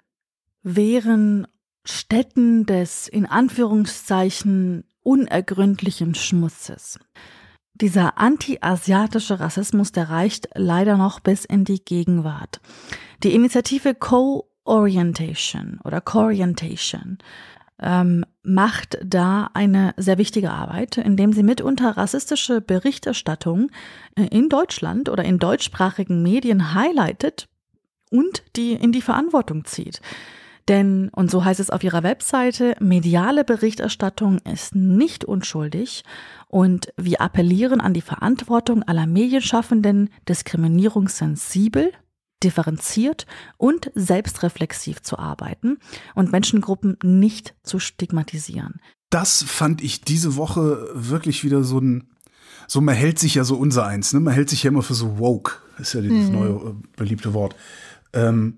wären Stätten des in Anführungszeichen unergründlichen Schmutzes. Dieser anti-asiatische Rassismus, der reicht leider noch bis in die Gegenwart. Die Initiative Co-Orientation oder Co-Orientation ähm, macht da eine sehr wichtige Arbeit, indem sie mitunter rassistische Berichterstattung in Deutschland oder in deutschsprachigen Medien highlightet und die in die Verantwortung zieht. Denn, und so heißt es auf ihrer Webseite, mediale Berichterstattung ist nicht unschuldig und wir appellieren an die Verantwortung aller Medienschaffenden, diskriminierungssensibel, differenziert und selbstreflexiv zu arbeiten und Menschengruppen nicht zu stigmatisieren. Das fand ich diese Woche wirklich wieder so ein, so man hält sich ja so unser eins, ne? Man hält sich ja immer für so woke, ist ja dieses mhm. neue äh, beliebte Wort. Ähm,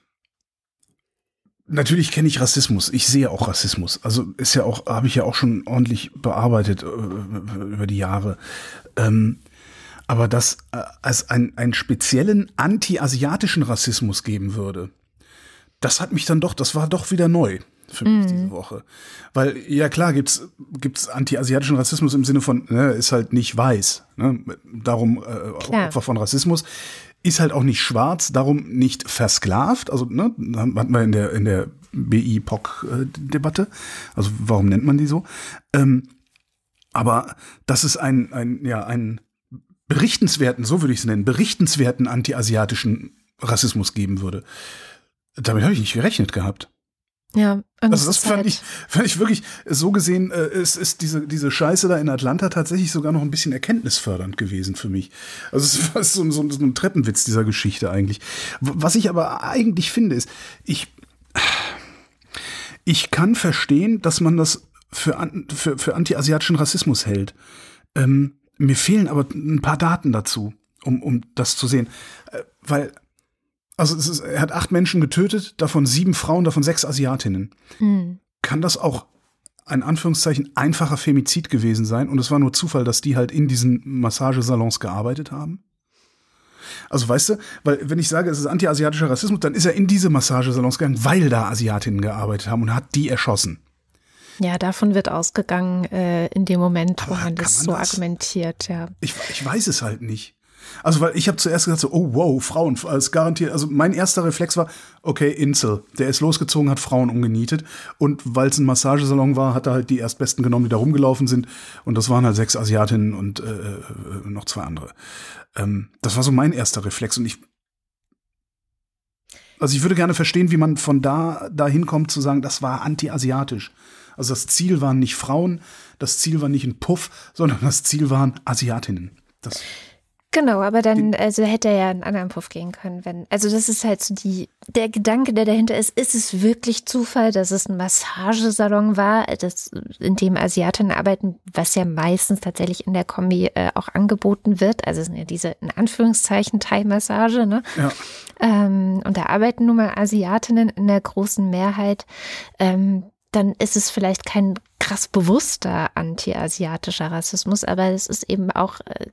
Natürlich kenne ich Rassismus. Ich sehe auch Rassismus. Also ist ja auch, habe ich ja auch schon ordentlich bearbeitet äh, über die Jahre. Ähm, aber dass äh, es ein, einen speziellen anti-asiatischen Rassismus geben würde, das hat mich dann doch, das war doch wieder neu für mich mm. diese Woche. Weil, ja klar, gibt's gibt's anti-asiatischen Rassismus im Sinne von, ne, ist halt nicht weiß. Ne? Darum äh, Opfer von Rassismus. Ist halt auch nicht schwarz, darum nicht versklavt. Also, ne, hatten wir in der, in der B I P O C-Debatte. Also, warum nennt man die so? Ähm, aber dass es ein, ein, ja, einen berichtenswerten, so würde ich es nennen, berichtenswerten anti-asiatischen Rassismus geben würde, damit habe ich nicht gerechnet gehabt. Ja, und also das fand, halt ich, fand ich wirklich, so gesehen, äh, ist, ist diese, diese Scheiße da in Atlanta tatsächlich sogar noch ein bisschen erkenntnisfördernd gewesen für mich. Also es war so, so, so ein Treppenwitz dieser Geschichte eigentlich. Was ich aber eigentlich finde, ist, ich, ich kann verstehen, dass man das für, für, für anti-asiatischen Rassismus hält. Ähm, mir fehlen aber ein paar Daten dazu, um, um das zu sehen. Äh, weil Also es ist, er hat acht Menschen getötet, davon sieben Frauen, davon sechs Asiatinnen. Mhm. Kann das auch ein Anführungszeichen einfacher Femizid gewesen sein? Und es war nur Zufall, dass die halt in diesen Massagesalons gearbeitet haben? Also weißt du, weil wenn ich sage, es ist anti-asiatischer Rassismus, dann ist er in diese Massagesalons gegangen, weil da Asiatinnen gearbeitet haben und hat die erschossen. Ja, davon wird ausgegangen äh, in dem Moment, wo man das man so das? argumentiert. Ja. Ich, ich weiß es halt nicht. Also, weil ich habe zuerst gesagt so, oh wow, Frauen, als garantiert, also mein erster Reflex war, okay, Insel, der ist losgezogen, hat Frauen umgenietet und weil es ein Massagesalon war, hat er halt die Erstbesten genommen, die da rumgelaufen sind und das waren halt sechs Asiatinnen und äh, noch zwei andere. Ähm, das war so mein erster Reflex und ich, also ich würde gerne verstehen, wie man von da dahin kommt zu sagen, das war anti-asiatisch. Also das Ziel waren nicht Frauen, das Ziel war nicht ein Puff, sondern das Ziel waren Asiatinnen. Das Genau, aber dann also hätte er ja einen anderen Puff gehen können, wenn, also das ist halt so die, der Gedanke, der dahinter ist, ist es wirklich Zufall, dass es ein Massagesalon war, das, in dem Asiatinnen arbeiten, was ja meistens tatsächlich in der Kombi äh, auch angeboten wird, also es sind ja diese, in Anführungszeichen, Thai-Massage, ne? Ja. Ähm, und da arbeiten nun mal Asiatinnen in der großen Mehrheit, ähm, dann ist es vielleicht kein krass bewusster anti-asiatischer Rassismus, aber es ist eben auch äh,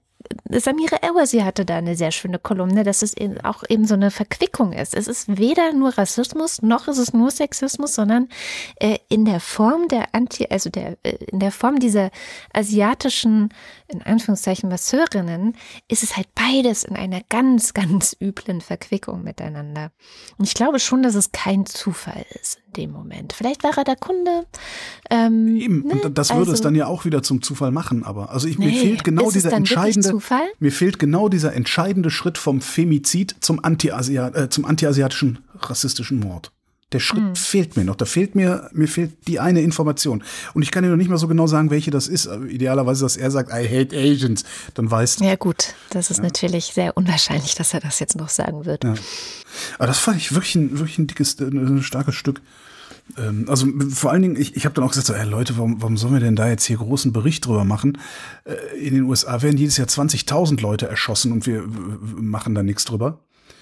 Samira Ewasi hatte da eine sehr schöne Kolumne, dass es eben auch eben so eine Verquickung ist. Es ist weder nur Rassismus, noch ist es nur Sexismus, sondern äh, in der Form der Anti, also der, äh, in der Form dieser asiatischen, in Anführungszeichen, Masseurinnen, ist es halt beides in einer ganz, ganz üblen Verquickung miteinander. Und ich glaube schon, dass es kein Zufall ist in dem Moment. Vielleicht war er der Kunde. Ähm, Eben, ne? und das würde also, es dann ja auch wieder zum Zufall machen. Aber also ich, nee, mir fehlt genau ist es dieser dann entscheidende, Zufall? mir fehlt genau dieser entscheidende Schritt vom Femizid zum Anti-Asiat, äh, zum antiasiatischen rassistischen Mord. Der Schritt hm. fehlt mir noch. Da fehlt mir, mir fehlt die eine Information. Und ich kann dir noch nicht mal so genau sagen, welche das ist. Aber idealerweise, dass er sagt, I hate Asians. Dann weißt du. Ja gut, das ist ja. natürlich sehr unwahrscheinlich, dass er das jetzt noch sagen wird. Ja. Aber das fand ich wirklich ein, wirklich ein dickes, ein starkes Stück. Ähm, also vor allen Dingen, ich, ich habe dann auch gesagt, so, ey Leute, warum, warum sollen wir denn da jetzt hier großen Bericht drüber machen? Äh, in den U S A werden jedes Jahr zwanzigtausend Leute erschossen und wir machen da nichts drüber.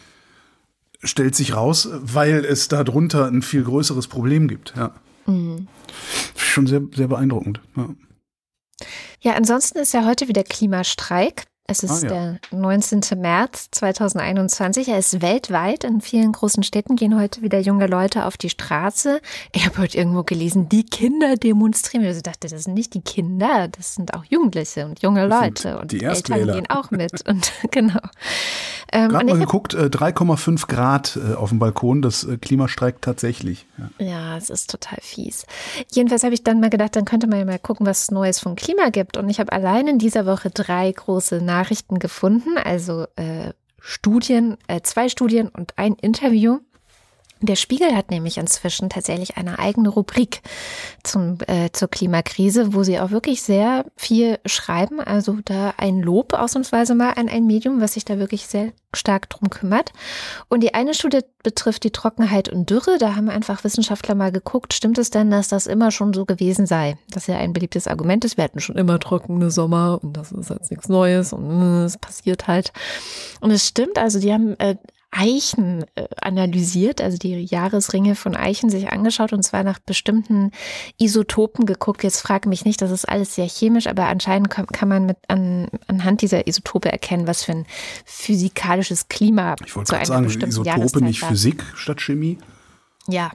Stellt sich raus, weil es darunter ein viel größeres Problem gibt. Ja. Mhm. Schon sehr, sehr beeindruckend. Ja. Ja, ansonsten ist ja heute wieder Klimastreik. Es ist ah, ja. der neunzehnten März zweitausendeinundzwanzig. Er ist weltweit. In vielen großen Städten gehen heute wieder junge Leute auf die Straße. Ich habe heute irgendwo gelesen, die Kinder demonstrieren. Ich dachte, das sind nicht die Kinder, das sind auch Jugendliche und junge Leute. Und die Eltern gehen auch mit. Und genau. Ähm, Gerade mal geguckt, äh, drei Komma fünf Grad äh, auf dem Balkon, das äh, Klima streikt tatsächlich. Ja. ja, es ist total fies. Jedenfalls habe ich dann mal gedacht, dann könnte man ja mal gucken, was es Neues vom Klima gibt. Und ich habe allein in dieser Woche drei große Nachrichten gefunden, also äh, Studien, äh, zwei Studien und ein Interview. Der Spiegel hat nämlich inzwischen tatsächlich eine eigene Rubrik zum, äh, zur Klimakrise, wo sie auch wirklich sehr viel schreiben. Also da ein Lob ausnahmsweise mal an ein Medium, was sich da wirklich sehr stark drum kümmert. Und die eine Studie betrifft die Trockenheit und Dürre. Da haben einfach Wissenschaftler mal geguckt, stimmt es denn, dass das immer schon so gewesen sei? Das ja ein beliebtes Argument ist. Wir hatten schon immer trockene Sommer und das ist jetzt nichts Neues und es passiert halt. Und es stimmt, also die haben äh, Eichen äh, analysiert, also die Jahresringe von Eichen sich angeschaut und zwar nach bestimmten Isotopen geguckt. Jetzt frage mich nicht, das ist alles sehr chemisch, aber anscheinend kann, kann man mit an, anhand dieser Isotope erkennen, was für ein physikalisches Klima ich wollte zu einer sagen, bestimmten Isotope, Jahreszeit nicht war. Physik statt Chemie? Ja.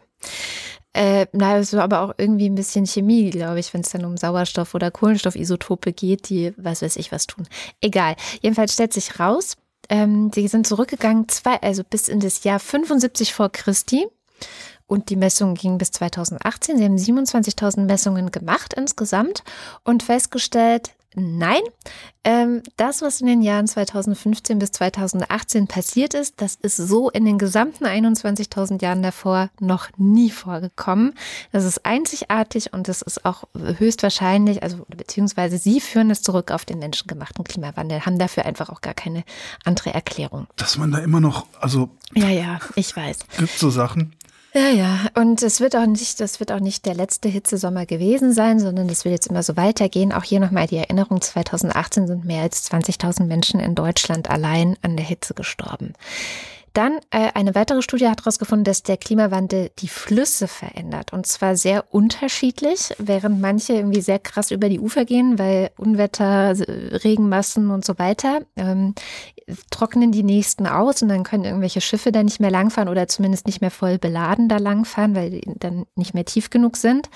Äh, na, es war aber auch irgendwie ein bisschen Chemie, glaube ich, wenn es dann um Sauerstoff- oder Kohlenstoffisotope geht, die was weiß ich was tun. Egal. Jedenfalls stellt sich raus, ähm, die sind zurückgegangen, zwei, also bis in das Jahr fünfundsiebzig vor Christi. Und die Messungen gingen bis zweitausendachtzehn. Sie haben siebenundzwanzigtausend Messungen gemacht insgesamt und festgestellt, nein, ähm, das, was in den Jahren zweitausendfünfzehn bis zweitausendachtzehn passiert ist, das ist so in den gesamten einundzwanzigtausend Jahren davor noch nie vorgekommen. Das ist einzigartig und das ist auch höchstwahrscheinlich, also beziehungsweise sie führen es zurück auf den menschengemachten Klimawandel, haben dafür einfach auch gar keine andere Erklärung. Dass man da immer noch, also ja, ja, ich weiß. Gibt so Sachen. Ja, ja, und es wird auch nicht, das wird auch nicht der letzte Hitzesommer gewesen sein, sondern es wird jetzt immer so weitergehen. Auch hier nochmal die Erinnerung, zweitausendachtzehn sind mehr als zwanzigtausend Menschen in Deutschland allein an der Hitze gestorben. Dann äh, eine weitere Studie hat herausgefunden, dass der Klimawandel die Flüsse verändert und zwar sehr unterschiedlich, während manche irgendwie sehr krass über die Ufer gehen, weil Unwetter, Regenmassen und so weiter ähm, trocknen die nächsten aus und dann können irgendwelche Schiffe da nicht mehr langfahren oder zumindest nicht mehr voll beladen da langfahren, weil die dann nicht mehr tief genug sind.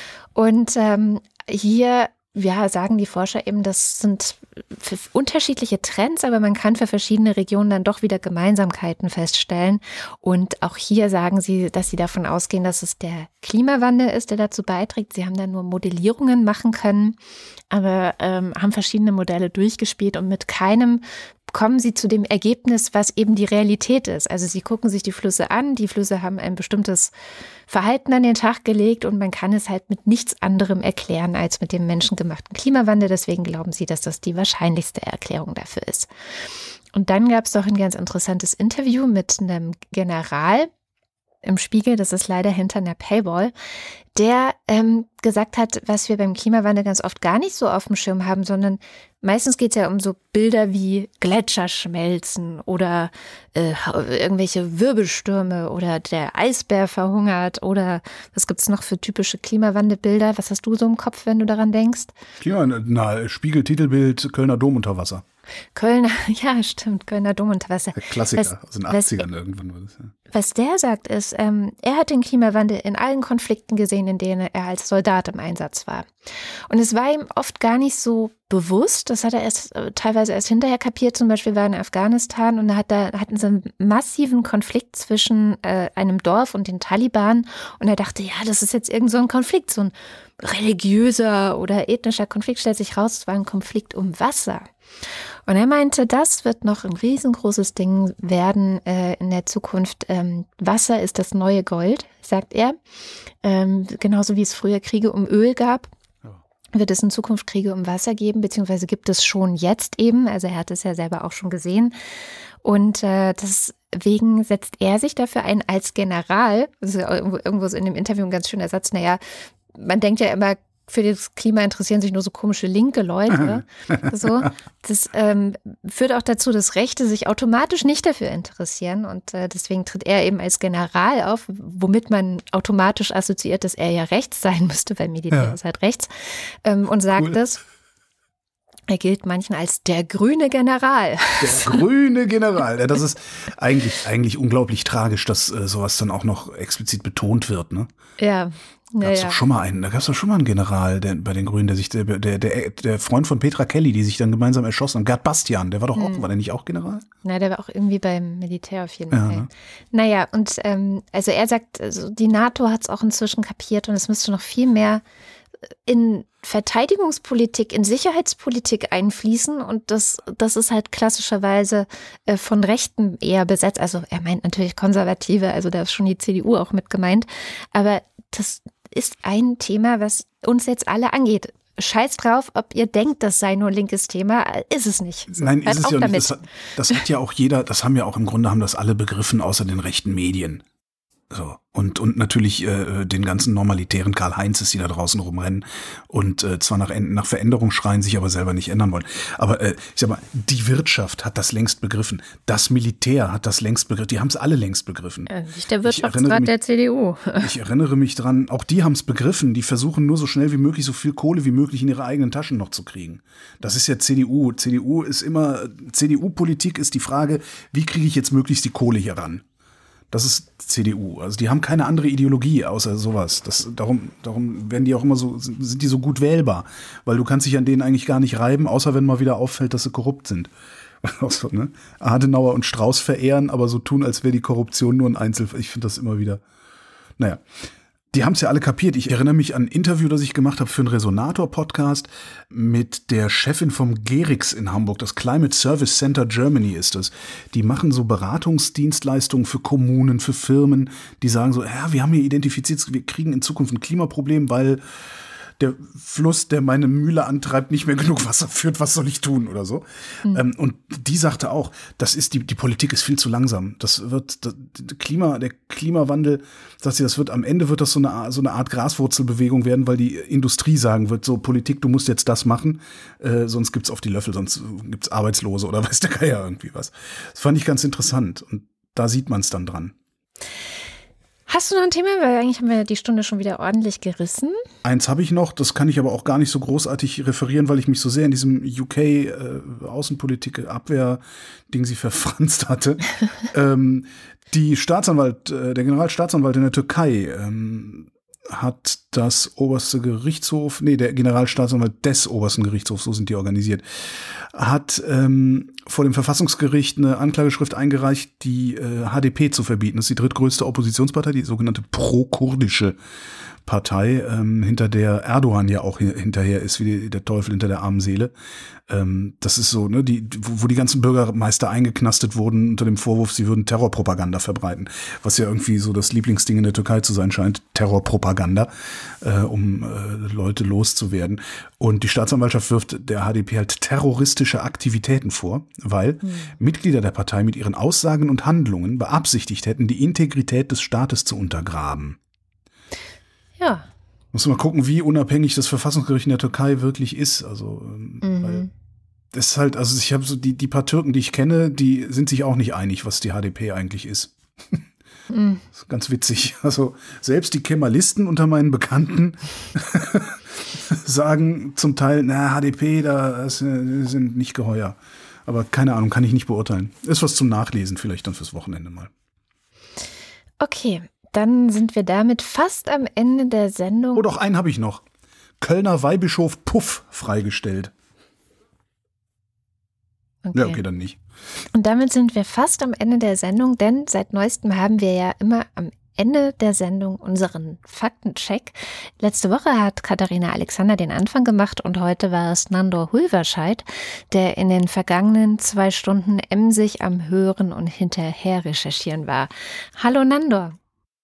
Und ähm, hier ja, sagen die Forscher eben, das sind unterschiedliche Trends, aber man kann für verschiedene Regionen dann doch wieder Gemeinsamkeiten feststellen. Und auch hier sagen sie, dass sie davon ausgehen, dass es der Klimawandel ist, der dazu beiträgt. Sie haben dann nur Modellierungen machen können, aber ähm, haben verschiedene Modelle durchgespielt und mit keinem kommen sie zu dem Ergebnis, was eben die Realität ist. Also sie gucken sich die Flüsse an, die Flüsse haben ein bestimmtes Verhalten an den Tag gelegt und man kann es halt mit nichts anderem erklären als mit dem menschengemachten Klimawandel. Deswegen glauben sie, dass das die wahrscheinlichste Erklärung dafür ist. Und dann gab es doch ein ganz interessantes Interview mit einem General im Spiegel, das ist leider hinter einer Paywall, der ähm, gesagt hat, was wir beim Klimawandel ganz oft gar nicht so auf dem Schirm haben, sondern meistens geht es ja um so Bilder wie Gletscher schmelzen oder äh, irgendwelche Wirbelstürme oder der Eisbär verhungert oder was gibt es noch für typische Klimawandelbilder? Was hast du so im Kopf, wenn du daran denkst? Ja, na, Spiegel-Titelbild, Kölner Dom unter Wasser. Kölner, ja stimmt, Kölner Dom unter Wasser. Der Klassiker was, aus den achtzigern was, irgendwann war das, ja. Was der sagt ist, ähm, er hat den Klimawandel in allen Konflikten gesehen, in denen er als Soldat im Einsatz war. Und es war ihm oft gar nicht so bewusst, das hat er erst äh, teilweise erst hinterher kapiert, zum Beispiel war er in Afghanistan und da hat er, hatten sie einen massiven Konflikt zwischen äh, einem Dorf und den Taliban und er dachte, ja, das ist jetzt irgend so ein Konflikt, so ein religiöser oder ethnischer Konflikt, stellt sich raus, es war ein Konflikt um Wasser. Und er meinte, das wird noch ein riesengroßes Ding werden äh, in der Zukunft. Ähm, Wasser ist das neue Gold, sagt er. Ähm, genauso wie es früher Kriege um Öl gab, wird es in Zukunft Kriege um Wasser geben, beziehungsweise gibt es schon jetzt eben. Also er hat es ja selber auch schon gesehen. Und äh, deswegen setzt er sich dafür ein als General. Das ist ja irgendwo, irgendwo so in dem Interview ein ganz schöner Satz. Naja, man denkt ja immer, für das Klima interessieren sich nur so komische linke Leute. So, das ähm, führt auch dazu, dass Rechte sich automatisch nicht dafür interessieren. Und äh, deswegen tritt er eben als General auf, womit man automatisch assoziiert, dass er ja rechts sein müsste, weil Militär ja. ist halt rechts. Ähm, und sagt cool. es. Er gilt manchen als der grüne General. Der grüne General. Ja, das ist eigentlich, eigentlich unglaublich tragisch, dass äh, sowas dann auch noch explizit betont wird, ne? Ja. Da gab es doch schon mal einen, da gab es doch schon mal einen General der, bei den Grünen, der sich, der, der, der, der Freund von Petra Kelly, die sich dann gemeinsam erschossen haben. Gerd Bastian, der war doch auch, hm. war der nicht auch General? Na, der war auch irgendwie beim Militär auf jeden ja, Fall. Ne? Naja, und ähm, also er sagt, also die NATO hat es auch inzwischen kapiert und es müsste noch viel mehr in Verteidigungspolitik, in Sicherheitspolitik einfließen und das, das ist halt klassischerweise äh, von Rechten eher besetzt. Also er meint natürlich Konservative, also da ist schon die C D U auch mit gemeint, aber das ist ein Thema, was uns jetzt alle angeht. Scheiß drauf, ob ihr denkt, das sei nur ein linkes Thema, ist es nicht. So, Nein, ist es ja damit. nicht. Das, das hat ja auch jeder, das haben ja auch im Grunde, haben das alle begriffen, außer den rechten Medien. So. Und, und natürlich äh, den ganzen normalitären Karl-Heinzes, die da draußen rumrennen und äh, zwar nach, nach Veränderung schreien, sich aber selber nicht ändern wollen. Aber äh, ich sag mal, die Wirtschaft hat das längst begriffen. Das Militär hat das längst begriffen. Die haben es alle längst begriffen. Ja, nicht der Wirtschaftsrat der C D U. Ich erinnere mich dran, auch die haben es begriffen. Die versuchen nur so schnell wie möglich so viel Kohle wie möglich in ihre eigenen Taschen noch zu kriegen. Das ist ja C D U. C D U ist immer, C D U-Politik ist die Frage, wie kriege ich jetzt möglichst die Kohle hier ran? Das ist C D U. Also die haben keine andere Ideologie außer sowas. Das, darum, darum werden die auch immer so, sind die so gut wählbar. Weil du kannst dich an denen eigentlich gar nicht reiben, außer wenn mal wieder auffällt, dass sie korrupt sind. Also, ne? Adenauer und Strauß verehren, aber so tun, als wäre die Korruption nur ein Einzelfall. Ich finde das immer wieder, naja. Die haben es ja alle kapiert. Ich erinnere mich an ein Interview, das ich gemacht habe für einen Resonator-Podcast mit der Chefin vom Gerix in Hamburg. Das Climate Service Center Germany ist das. Die machen so Beratungsdienstleistungen für Kommunen, für Firmen. Die sagen so, ja, wir haben hier identifiziert, wir kriegen in Zukunft ein Klimaproblem, weil der Fluss, der meine Mühle antreibt, nicht mehr genug Wasser führt, was soll ich tun oder so. Mhm. Ähm, und die sagte auch, das ist die, die Politik ist viel zu langsam. Das wird, das Klima, der Klimawandel, sagt sie, das wird, am Ende wird das so eine, so eine Art Graswurzelbewegung werden, weil die Industrie sagen wird, so Politik, du musst jetzt das machen, äh, sonst gibt's auf die Löffel, sonst gibt's Arbeitslose oder weiß der Geier irgendwie was. Das fand ich ganz interessant und da sieht man es dann dran. Hast du noch ein Thema? Weil eigentlich haben wir die Stunde schon wieder ordentlich gerissen. Eins habe ich noch, das kann ich aber auch gar nicht so großartig referieren, weil ich mich so sehr in diesem U K-Außenpolitik-Abwehr-Ding sie verfranst hatte. ähm, die Staatsanwalt, äh, der Generalstaatsanwalt in der Türkei ähm, hat das oberste Gerichtshof, nee, der Generalstaatsanwalt des obersten Gerichtshofs, so sind die organisiert, hat ähm, vor dem Verfassungsgericht eine Anklageschrift eingereicht, die äh, H D P zu verbieten. Das ist die drittgrößte Oppositionspartei, die sogenannte pro-kurdische Partei, ähm, hinter der Erdogan ja auch hinterher ist, wie die, der Teufel hinter der armen Seele. Ähm, das ist so, ne, die, wo, wo die ganzen Bürgermeister eingeknastet wurden unter dem Vorwurf, sie würden Terrorpropaganda verbreiten, was ja irgendwie so das Lieblingsding in der Türkei zu sein scheint, Terrorpropaganda, äh, um äh, Leute loszuwerden. Und die Staatsanwaltschaft wirft der H D P halt terroristische Aktivitäten vor, weil mhm. Mitglieder der Partei mit ihren Aussagen und Handlungen beabsichtigt hätten, die Integrität des Staates zu untergraben. Ja. Muss mal gucken, wie unabhängig das Verfassungsgericht in der Türkei wirklich ist. Also, mhm. weil das ist halt, also ich habe so die, die paar Türken, die ich kenne, die sind sich auch nicht einig, was die H D P eigentlich ist. Mhm. Das ist ganz witzig. Also selbst die Kemalisten unter meinen Bekannten sagen zum Teil, na, H D P, da sind nicht geheuer. Aber keine Ahnung, kann ich nicht beurteilen. Ist was zum Nachlesen, vielleicht dann fürs Wochenende mal. Okay, dann sind wir damit fast am Ende der Sendung. Oh, doch, einen habe ich noch. Kölner Weihbischof Puff freigestellt. Okay. Ja, okay, dann nicht. Und damit sind wir fast am Ende der Sendung, denn seit neuestem haben wir ja immer am Ende der Sendung unseren Faktencheck. Letzte Woche hat Katharina Alexander den Anfang gemacht und heute war es Nandor Hulverscheid, der in den vergangenen zwei Stunden emsig am Hören und hinterher recherchieren war. Hallo Nandor.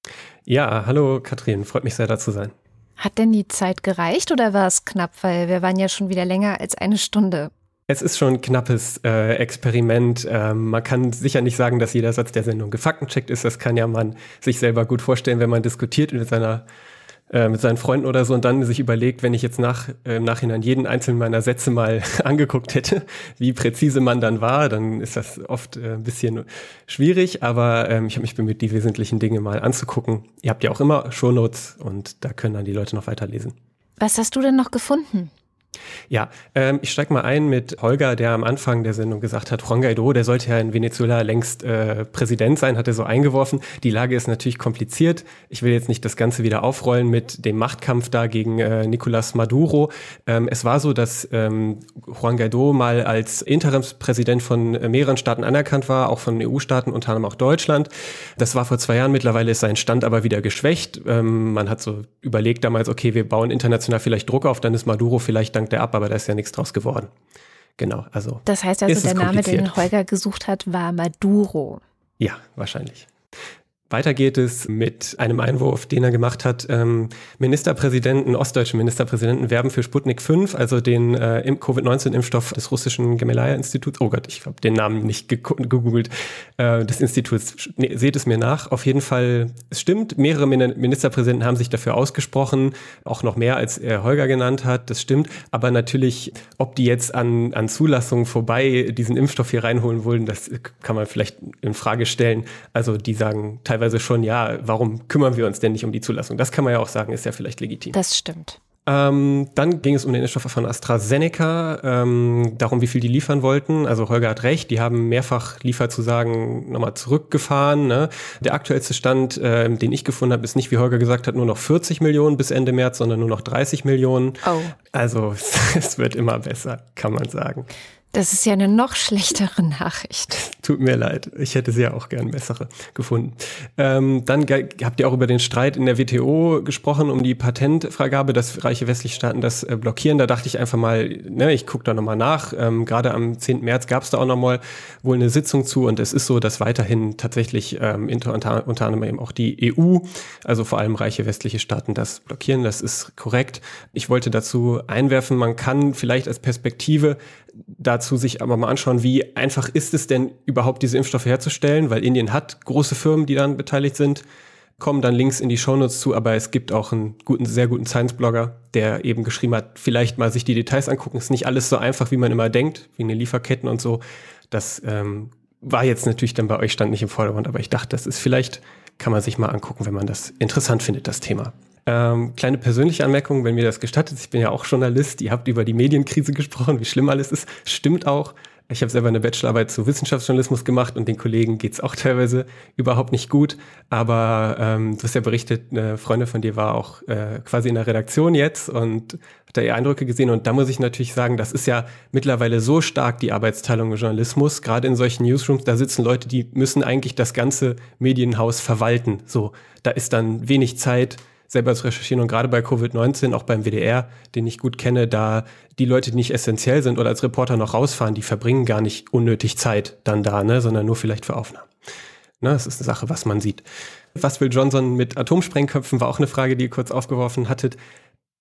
Ja, hallo Katrin, freut mich sehr, da zu sein. Hat denn die Zeit gereicht oder war es knapp? Weil wir waren ja schon wieder länger als eine Stunde. Es ist schon ein knappes äh, Experiment. Ähm, man kann sicher nicht sagen, dass jeder Satz der Sendung gefaktencheckt ist. Das kann ja man sich selber gut vorstellen, wenn man diskutiert mit seiner äh, mit seinen Freunden oder so und dann sich überlegt, wenn ich jetzt nach, äh, im Nachhinein jeden einzelnen meiner Sätze mal angeguckt hätte, wie präzise man dann war, dann ist das oft äh, ein bisschen schwierig. Aber ähm, ich habe mich bemüht, die wesentlichen Dinge mal anzugucken. Ihr habt ja auch immer Shownotes und da können dann die Leute noch weiterlesen. Was hast du denn noch gefunden? Ja, ähm, ich steige mal ein mit Holger, der am Anfang der Sendung gesagt hat, Juan Guaidó, der sollte ja in Venezuela längst äh, Präsident sein, hat er so eingeworfen. Die Lage ist natürlich kompliziert. Ich will jetzt nicht das Ganze wieder aufrollen mit dem Machtkampf da gegen äh, Nicolás Maduro. Ähm, es war so, dass ähm, Juan Guaidó mal als Interimspräsident von äh, mehreren Staaten anerkannt war, auch von E U-Staaten, unter anderem auch Deutschland. Das war vor zwei Jahren, mittlerweile ist sein Stand aber wieder geschwächt. Ähm, man hat so überlegt damals, okay, wir bauen international vielleicht Druck auf, dann ist Maduro vielleicht dank der ab, aber da ist ja nichts draus geworden. Genau, also. Das heißt also, der Name, den Holger gesucht hat, war Maduro. Ja, wahrscheinlich. Weiter geht es mit einem Einwurf, den er gemacht hat. Ähm, Ministerpräsidenten, ostdeutsche Ministerpräsidenten werben für Sputnik fünf, also den äh, Covid neunzehn Impfstoff des russischen Gemelaya-Instituts. Oh Gott, ich habe den Namen nicht ge- gegoogelt. Äh, des Instituts. Nee, seht es mir nach. Auf jeden Fall, es stimmt, mehrere Ministerpräsidenten haben sich dafür ausgesprochen, auch noch mehr, als er Holger genannt hat. Das stimmt. Aber natürlich, ob die jetzt an, an Zulassungen vorbei diesen Impfstoff hier reinholen wollen, das kann man vielleicht in Frage stellen. Also die sagen teilweise Teilweise schon, ja, warum kümmern wir uns denn nicht um die Zulassung? Das kann man ja auch sagen, ist ja vielleicht legitim. Das stimmt. Ähm, dann ging es um den Impfstoff von AstraZeneca, ähm, darum, wie viel die liefern wollten. Also Holger hat recht, die haben mehrfach Lieferzusagen nochmal zurückgefahren. Ne? Der aktuellste Stand, äh, den ich gefunden habe, ist nicht, wie Holger gesagt hat, nur noch vierzig Millionen bis Ende März, sondern nur noch dreißig Millionen. Oh. Also es wird immer besser, kann man sagen. Das ist ja eine noch schlechtere Nachricht. Tut mir leid, ich hätte sie ja auch gern bessere gefunden. Ähm, dann ge- habt ihr auch über den Streit in der W T O gesprochen, um die Patentfreigabe, dass reiche westliche Staaten das äh, blockieren. Da dachte ich einfach mal, ne, ich gucke da nochmal nach. Ähm, gerade am zehnten März gab es da auch nochmal wohl eine Sitzung zu und es ist so, dass weiterhin tatsächlich ähm, inter, unter, unter anderem eben auch die E U, also vor allem reiche westliche Staaten, das blockieren. Das ist korrekt. Ich wollte dazu einwerfen, man kann vielleicht als Perspektive dazu sich aber mal anschauen, wie einfach ist es denn überhaupt, diese Impfstoffe herzustellen, weil Indien hat große Firmen, die daran beteiligt sind, kommen dann Links in die Shownotes zu, aber es gibt auch einen guten, sehr guten Science-Blogger, der eben geschrieben hat, vielleicht mal sich die Details angucken, ist nicht alles so einfach, wie man immer denkt, wegen den Lieferketten und so. Das ähm, war jetzt natürlich dann bei euch stand nicht im Vordergrund, aber ich dachte, das ist vielleicht, kann man sich mal angucken, wenn man das interessant findet, das Thema. Ähm, kleine persönliche Anmerkung, wenn mir das gestattet, ich bin ja auch Journalist, ihr habt über die Medienkrise gesprochen, wie schlimm alles ist, stimmt auch. Ich habe selber eine Bachelorarbeit zu Wissenschaftsjournalismus gemacht und den Kollegen geht's auch teilweise überhaupt nicht gut, aber ähm, du hast ja berichtet, eine Freundin von dir war auch äh, quasi in der Redaktion jetzt und hat da ihre Eindrücke gesehen und da muss ich natürlich sagen, das ist ja mittlerweile so stark die Arbeitsteilung im Journalismus, gerade in solchen Newsrooms, da sitzen Leute, die müssen eigentlich das ganze Medienhaus verwalten, so, da ist dann wenig Zeit, selber zu recherchieren und gerade bei Covid neunzehn, auch beim W D R, den ich gut kenne, da die Leute, die nicht essentiell sind oder als Reporter noch rausfahren, die verbringen gar nicht unnötig Zeit dann da, ne, sondern nur vielleicht für Aufnahmen. Ne, das ist eine Sache, was man sieht. Was will Johnson mit Atomsprengköpfen, war auch eine Frage, die ihr kurz aufgeworfen hattet.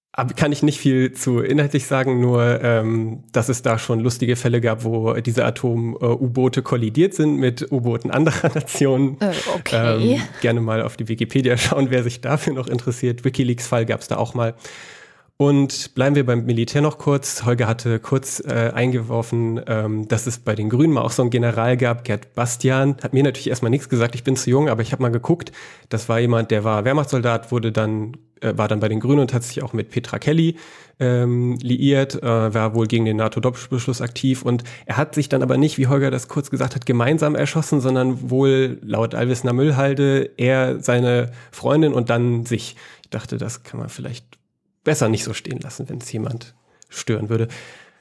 Aber kann ich nicht viel zu inhaltlich sagen, nur ähm, dass es da schon lustige Fälle gab, wo diese Atom-U-Boote kollidiert sind mit U-Booten anderer Nationen. Äh, okay. Ähm, gerne mal auf die Wikipedia schauen, wer sich dafür noch interessiert. WikiLeaks-Fall gab es da auch mal. Und bleiben wir beim Militär noch kurz. Holger hatte kurz äh, eingeworfen, ähm, dass es bei den Grünen mal auch so einen General gab, Gerd Bastian. Hat mir natürlich erstmal nichts gesagt, ich bin zu jung, aber ich habe mal geguckt. Das war jemand, der war Wehrmachtssoldat, wurde dann äh, war dann bei den Grünen und hat sich auch mit Petra Kelly ähm, liiert, äh, war wohl gegen den NATO-Doppelbeschluss aktiv. Und er hat sich dann aber nicht, wie Holger das kurz gesagt hat, gemeinsam erschossen, sondern wohl laut Alvisner Müllhalde er, seine Freundin und dann sich. Ich dachte, das kann man vielleicht besser nicht so stehen lassen, wenn es jemand stören würde.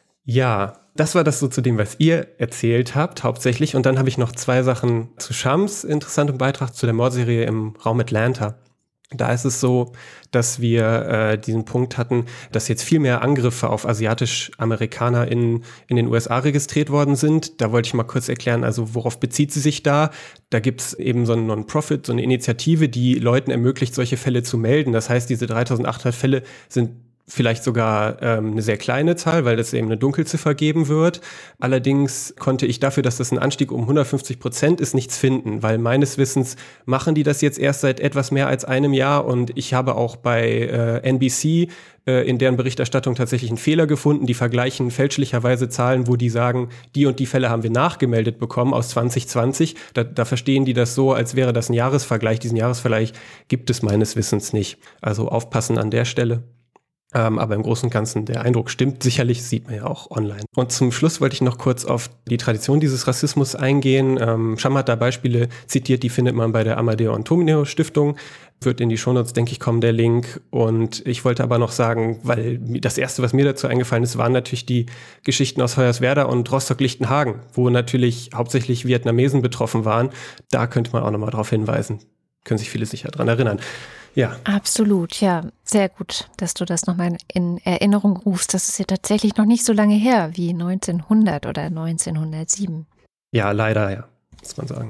Ja, das war das so zu dem, was ihr erzählt habt, hauptsächlich. Und dann habe ich noch zwei Sachen zu Shams interessanten Beitrag zu der Mordserie im Raum Atlanta. Da ist es so, dass wir äh, diesen Punkt hatten, dass jetzt viel mehr Angriffe auf asiatisch-Amerikaner in, in den U S A registriert worden sind. Da wollte ich mal kurz erklären, also worauf bezieht sie sich da? Da gibt es eben so ein Non-Profit, so eine Initiative, die Leuten ermöglicht, solche Fälle zu melden. Das heißt, diese dreitausendachthundert Fälle sind vielleicht sogar ähm, eine sehr kleine Zahl, weil das eben eine Dunkelziffer geben wird. Allerdings konnte ich dafür, dass das ein Anstieg um hundertfünfzig Prozent ist, nichts finden, weil meines Wissens machen die das jetzt erst seit etwas mehr als einem Jahr und ich habe auch bei äh, N B C äh, in deren Berichterstattung tatsächlich einen Fehler gefunden. Die vergleichen fälschlicherweise Zahlen, wo die sagen, die und die Fälle haben wir nachgemeldet bekommen aus zwanzig zwanzig. Da, da verstehen die das so, als wäre das ein Jahresvergleich. Diesen Jahresvergleich gibt es meines Wissens nicht. Also aufpassen an der Stelle. Ähm, aber im Großen und Ganzen, der Eindruck stimmt sicherlich, sieht man ja auch online. Und zum Schluss wollte ich noch kurz auf die Tradition dieses Rassismus eingehen. Ähm, Sham hat da Beispiele zitiert, die findet man bei der Amadeo Antonio Stiftung. Wird in die Shownotes, denke ich, kommen, der Link. Und ich wollte aber noch sagen, weil das Erste, was mir dazu eingefallen ist, waren natürlich die Geschichten aus Hoyerswerda und Rostock-Lichtenhagen, wo natürlich hauptsächlich Vietnamesen betroffen waren. Da könnte man auch nochmal drauf hinweisen. Können sich viele sicher dran erinnern. Ja. Absolut, ja. Sehr gut, dass du das nochmal in Erinnerung rufst. Das ist ja tatsächlich noch nicht so lange her wie neunzehnhundert oder neunzehnhundertsieben. Ja, leider, ja, muss man sagen.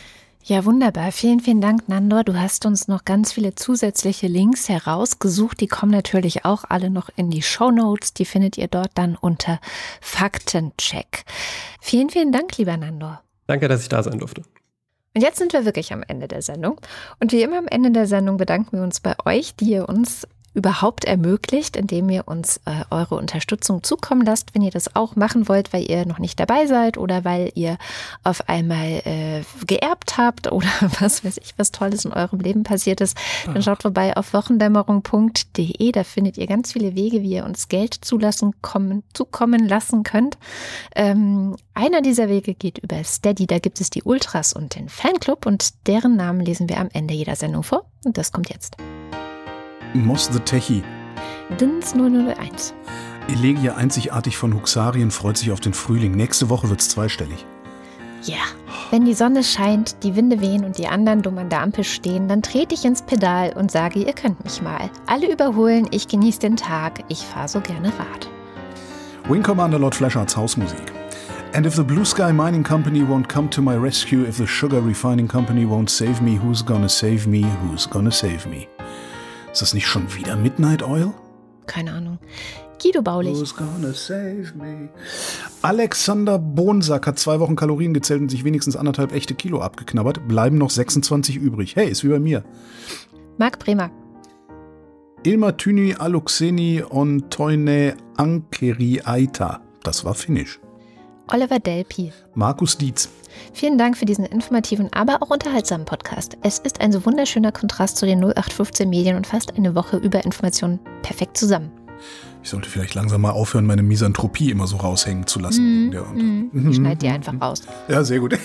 Ja, wunderbar. Vielen, vielen Dank, Nandor. Du hast uns noch ganz viele zusätzliche Links herausgesucht. Die kommen natürlich auch alle noch in die Shownotes. Die findet ihr dort dann unter Faktencheck. Vielen, vielen Dank, lieber Nandor. Danke, dass ich da sein durfte. Und jetzt sind wir wirklich am Ende der Sendung. Und wie immer am Ende der Sendung bedanken wir uns bei euch, die ihr uns überhaupt ermöglicht, indem ihr uns äh, eure Unterstützung zukommen lasst, wenn ihr das auch machen wollt, weil ihr noch nicht dabei seid oder weil ihr auf einmal äh, geerbt habt oder was weiß ich, was Tolles in eurem Leben passiert ist, dann schaut vorbei auf wochendämmerung punkt de, da findet ihr ganz viele Wege, wie ihr uns Geld zulassen kommen, zukommen lassen könnt. Ähm, einer dieser Wege geht über Steady, da gibt es die Ultras und den Fanclub und deren Namen lesen wir am Ende jeder Sendung vor und das kommt jetzt. Moss the Techie. Dins null null eins. Elegia einzigartig von Huxarien freut sich auf den Frühling. Nächste Woche wird's zweistellig. Ja, wenn die Sonne scheint, die Winde wehen und die anderen dumm an der Ampel stehen, dann trete ich ins Pedal und sage, ihr könnt mich mal. Alle überholen, ich genieße den Tag, ich fahre so gerne Rad. Wing Commander Lord Fleshards Hausmusik. And if the Blue Sky Mining Company won't come to my rescue, if the Sugar Refining Company won't save me, who's gonna save me, who's gonna save me? Ist das nicht schon wieder Midnight Oil? Keine Ahnung. Guido Baulich. Who's gonna save me? Alexander Bonsack hat zwei Wochen Kalorien gezählt und sich wenigstens anderthalb echte Kilo abgeknabbert. Bleiben noch sechsundzwanzig übrig. Hey, ist wie bei mir. Marc Bremer. Ilma Tyni Aluxeni on Toine Ankeri Aita. Das war Finnisch. Oliver Delpi. Markus Dietz. Vielen Dank für diesen informativen, aber auch unterhaltsamen Podcast. Es ist ein so wunderschöner Kontrast zu den null acht fünfzehn Medien und fast eine Woche über Informationen perfekt zusammen. Ich sollte vielleicht langsam mal aufhören, meine Misanthropie immer so raushängen zu lassen. Mm, ja, mm. Schneid die einfach raus. Ja, sehr gut.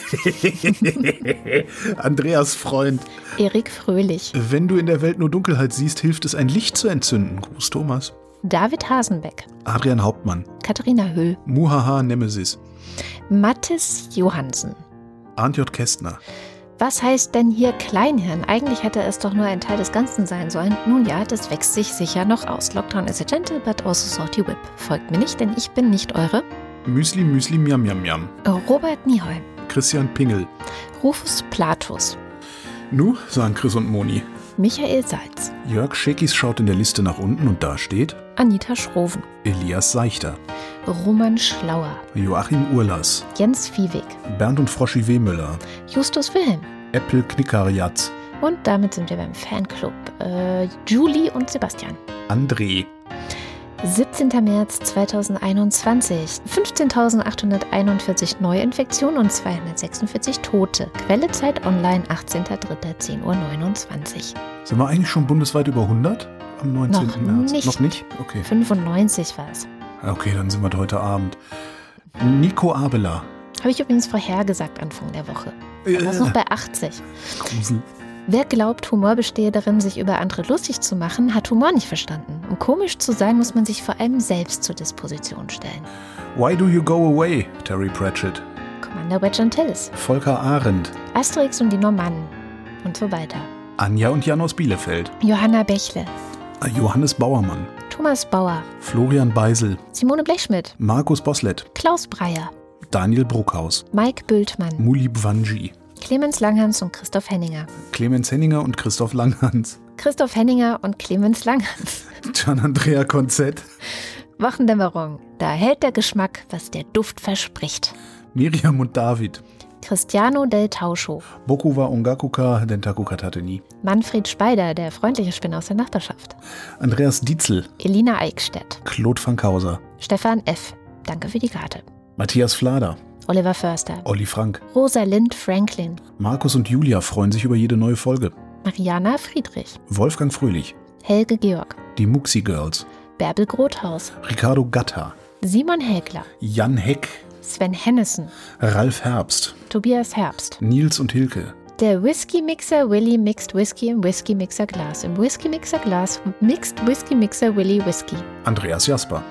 Andreas Freund. Erik Fröhlich. Wenn du in der Welt nur Dunkelheit siehst, hilft es, ein Licht zu entzünden. Gruß Thomas. David Hasenbeck. Adrian Hauptmann. Katharina Höll. Muhaha Nemesis. Mathis Johansen. Arndt J. Kästner. Was heißt denn hier Kleinhirn? Eigentlich hätte es doch nur ein Teil des Ganzen sein sollen. Nun ja, das wächst sich sicher noch aus. Lockdown is a gentle, but also salty whip. Folgt mir nicht, denn ich bin nicht eure. Müsli, Müsli, Miam, Miam, Miam. Robert Nieholm. Christian Pingel. Rufus Platus. Nu, sagen Chris und Moni. Michael Salz. Jörg Schekis schaut in der Liste nach unten und da steht Anita Schroven. Elias Seichter. Roman Schlauer. Joachim Urlas. Jens Viehweg. Bernd und Froschi Wehmüller. Justus Wilhelm. Äppel Knickariatz. Und damit sind wir beim Fanclub. Äh, Julie und Sebastian. André. siebzehnter März zweitausendeinundzwanzig. fünfzehntausendachthunderteinundvierzig Neuinfektionen und zweihundertsechsundvierzig Tote. Quelle Zeit Online, achtzehnter dritter zehn Uhr neunundzwanzig. Sind wir eigentlich schon bundesweit über hundert am neunzehnten März? Nicht. Noch nicht? Okay. fünfundneunzig war es. Okay, dann sind wir heute Abend. Nico Abela. Habe ich übrigens vorhergesagt Anfang der Woche. Da war es noch bei achtzig. Grusel. Wer glaubt, Humor bestehe darin, sich über andere lustig zu machen, hat Humor nicht verstanden. Um komisch zu sein, muss man sich vor allem selbst zur Disposition stellen. Why do you go away, Terry Pratchett? Commander Wedge Antilles. Volker Arendt. Asterix und die Normannen. Und so weiter. Anja und Jan aus Bielefeld. Johanna Bächle. Johannes Bauermann. Thomas Bauer. Florian Beisel. Simone Blechschmidt. Markus Boslett. Klaus Breyer. Daniel Bruckhaus. Mike Bültmann. Mulib Wanji. Clemens Langhans und Christoph Henninger. Clemens Henninger und Christoph Langhans. Christoph Henninger und Clemens Langhans. Gian Andrea Konzett. Wochendämmerung. Da hält der Geschmack, was der Duft verspricht. Miriam und David. Cristiano del Tauscho. Boku wa Ongakuka Dentaku Katateni. Manfred Speider, der freundliche Spinner aus der Nachbarschaft. Andreas Dietzel. Elina Eickstedt. Claude Fankhauser. Stefan F. Danke für die Karte. Matthias Flader. Oliver Förster. Olli Frank. Rosalind Franklin. Markus und Julia freuen sich über jede neue Folge. Mariana Friedrich. Wolfgang Fröhlich. Helge Georg. Die Muxi Girls. Bärbel Grothaus. Ricardo Gatta. Simon Hägler. Jan Heck. Sven Hennissen. Ralf Herbst. Tobias Herbst. Nils und Hilke. Der Whisky Mixer Willy mixt Whisky im Whisky Mixer Glas. Im Whisky Mixer Glas mixt Whisky Mixer Willy Whisky. Andreas Jasper.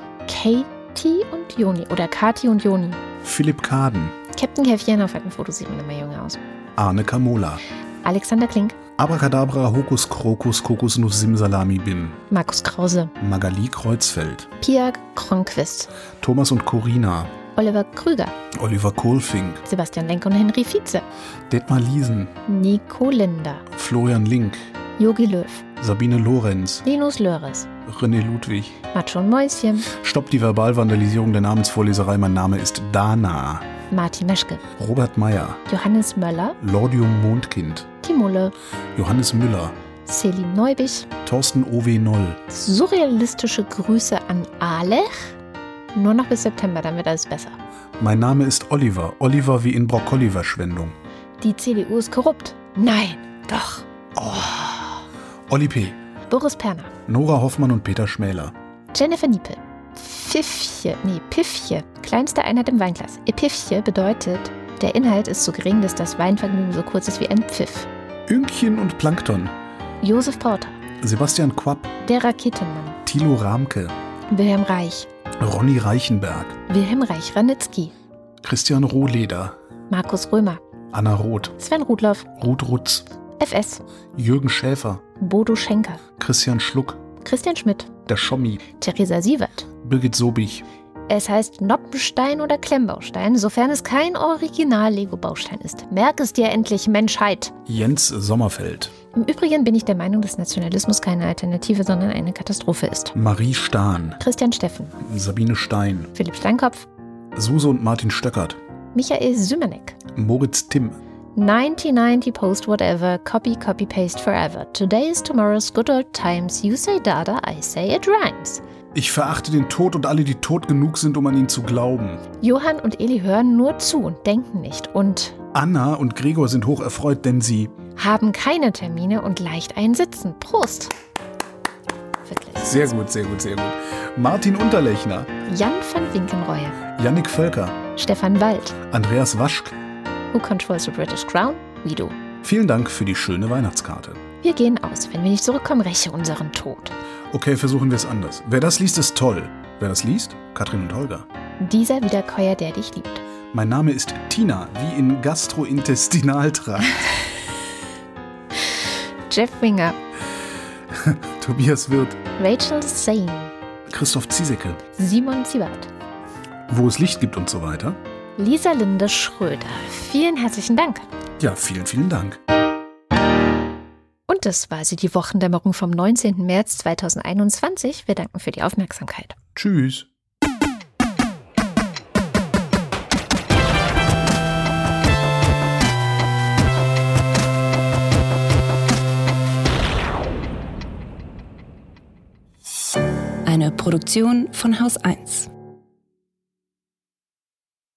Katie und Joni. Oder Kati und Joni. Philipp Kaden. Captain Käffchen, auf einem Foto sieht man immer jünger aus. Arne Kamola. Alexander Klink. Abracadabra, Hokus Krokus, Kokosnuss, Simsalami, Bim. Markus Krause. Magali Kreuzfeld. Pia Kronquist. Thomas und Corina. Oliver Krüger. Oliver Kohlfink. Sebastian Lenk und Henry Vize. Detmar Liesen. Nico Linder. Florian Link. Jogi Löw. Sabine Lorenz. Linus Löres. René Ludwig. Macho und Mäuschen. Stopp die Verbalvandalisierung der Namensvorleserei. Mein Name ist Dana. Martin Meschke. Robert Meyer. Johannes Möller. Lordium Mondkind. Timole. Johannes Müller. Celine Neubich. Thorsten O W Noll. Surrealistische Grüße an Alech. Nur noch bis September, dann wird alles besser. Mein Name ist Oliver. Oliver wie in Brokkoli-Verschwendung. Die C D U ist korrupt. Nein, doch. Oh. Olli P. Boris Perner. Nora Hoffmann und Peter Schmäler. Jennifer Niepel. Pfiffche, nee, Piffche. Kleinste Einheit im Weinglas. Epiffche bedeutet, der Inhalt ist so gering, dass das Weinvergnügen so kurz ist wie ein Pfiff. Ünkchen und Plankton. Josef Porter. Sebastian Quapp. Der Raketenmann. Thilo Ramke. Wilhelm Reich. Ronny Reichenberg. Wilhelm Reich-Ranitzky. Christian Rohleder. Markus Römer. Anna Roth. Sven Rudloff. Ruth Rutz. F S. Jürgen Schäfer. Bodo Schenker. Christian Schluck. Christian Schmidt. Der Schommi. Theresa Sievert. Birgit Sobich. Es heißt Noppenstein oder Klemmbaustein, sofern es kein Original-Lego-Baustein ist. Merk es dir endlich, Menschheit. Jens Sommerfeld. Im Übrigen bin ich der Meinung, dass Nationalismus keine Alternative, sondern eine Katastrophe ist. Marie Stahn. Christian Steffen. Sabine Stein. Philipp Steinkopf. Suse und Martin Stöckert. Michael Sümanek. Moritz Timm. nineteen ninety post whatever, copy, copy, paste forever. Today is tomorrow's good old times. You say dada, I say it rhymes. Ich verachte den Tod und alle, die tot genug sind, um an ihn zu glauben. Johann und Eli hören nur zu und denken nicht. Und Anna und Gregor sind hoch erfreut, denn sie haben keine Termine und leicht einsitzen. Prost! Wirklich. Sehr gut, sehr gut, sehr gut. Martin Unterlechner. Jan van Winkenreue. Jannik Völker. Stefan Wald. Andreas Waschk. Who controls the British Crown? We do. Vielen Dank für die schöne Weihnachtskarte. Wir gehen aus. Wenn wir nicht zurückkommen, räche unseren Tod. Okay, versuchen wir es anders. Wer das liest, ist toll. Wer das liest? Katrin und Holger. Dieser Wiederkäuer, der dich liebt. Mein Name ist Tina, wie in Gastrointestinaltrakt. Jeff Winger. Tobias Wirth. Rachel Zane. Christoph Ziesecke. Simon Siebert. Wo es Licht gibt und so weiter. Lisa Linde Schröder. Vielen herzlichen Dank. Ja, vielen, vielen Dank. Und das war sie, die Wochendämmerung vom neunzehnten März zweitausendeinundzwanzig. Wir danken für die Aufmerksamkeit. Tschüss. Eine Produktion von Haus eins.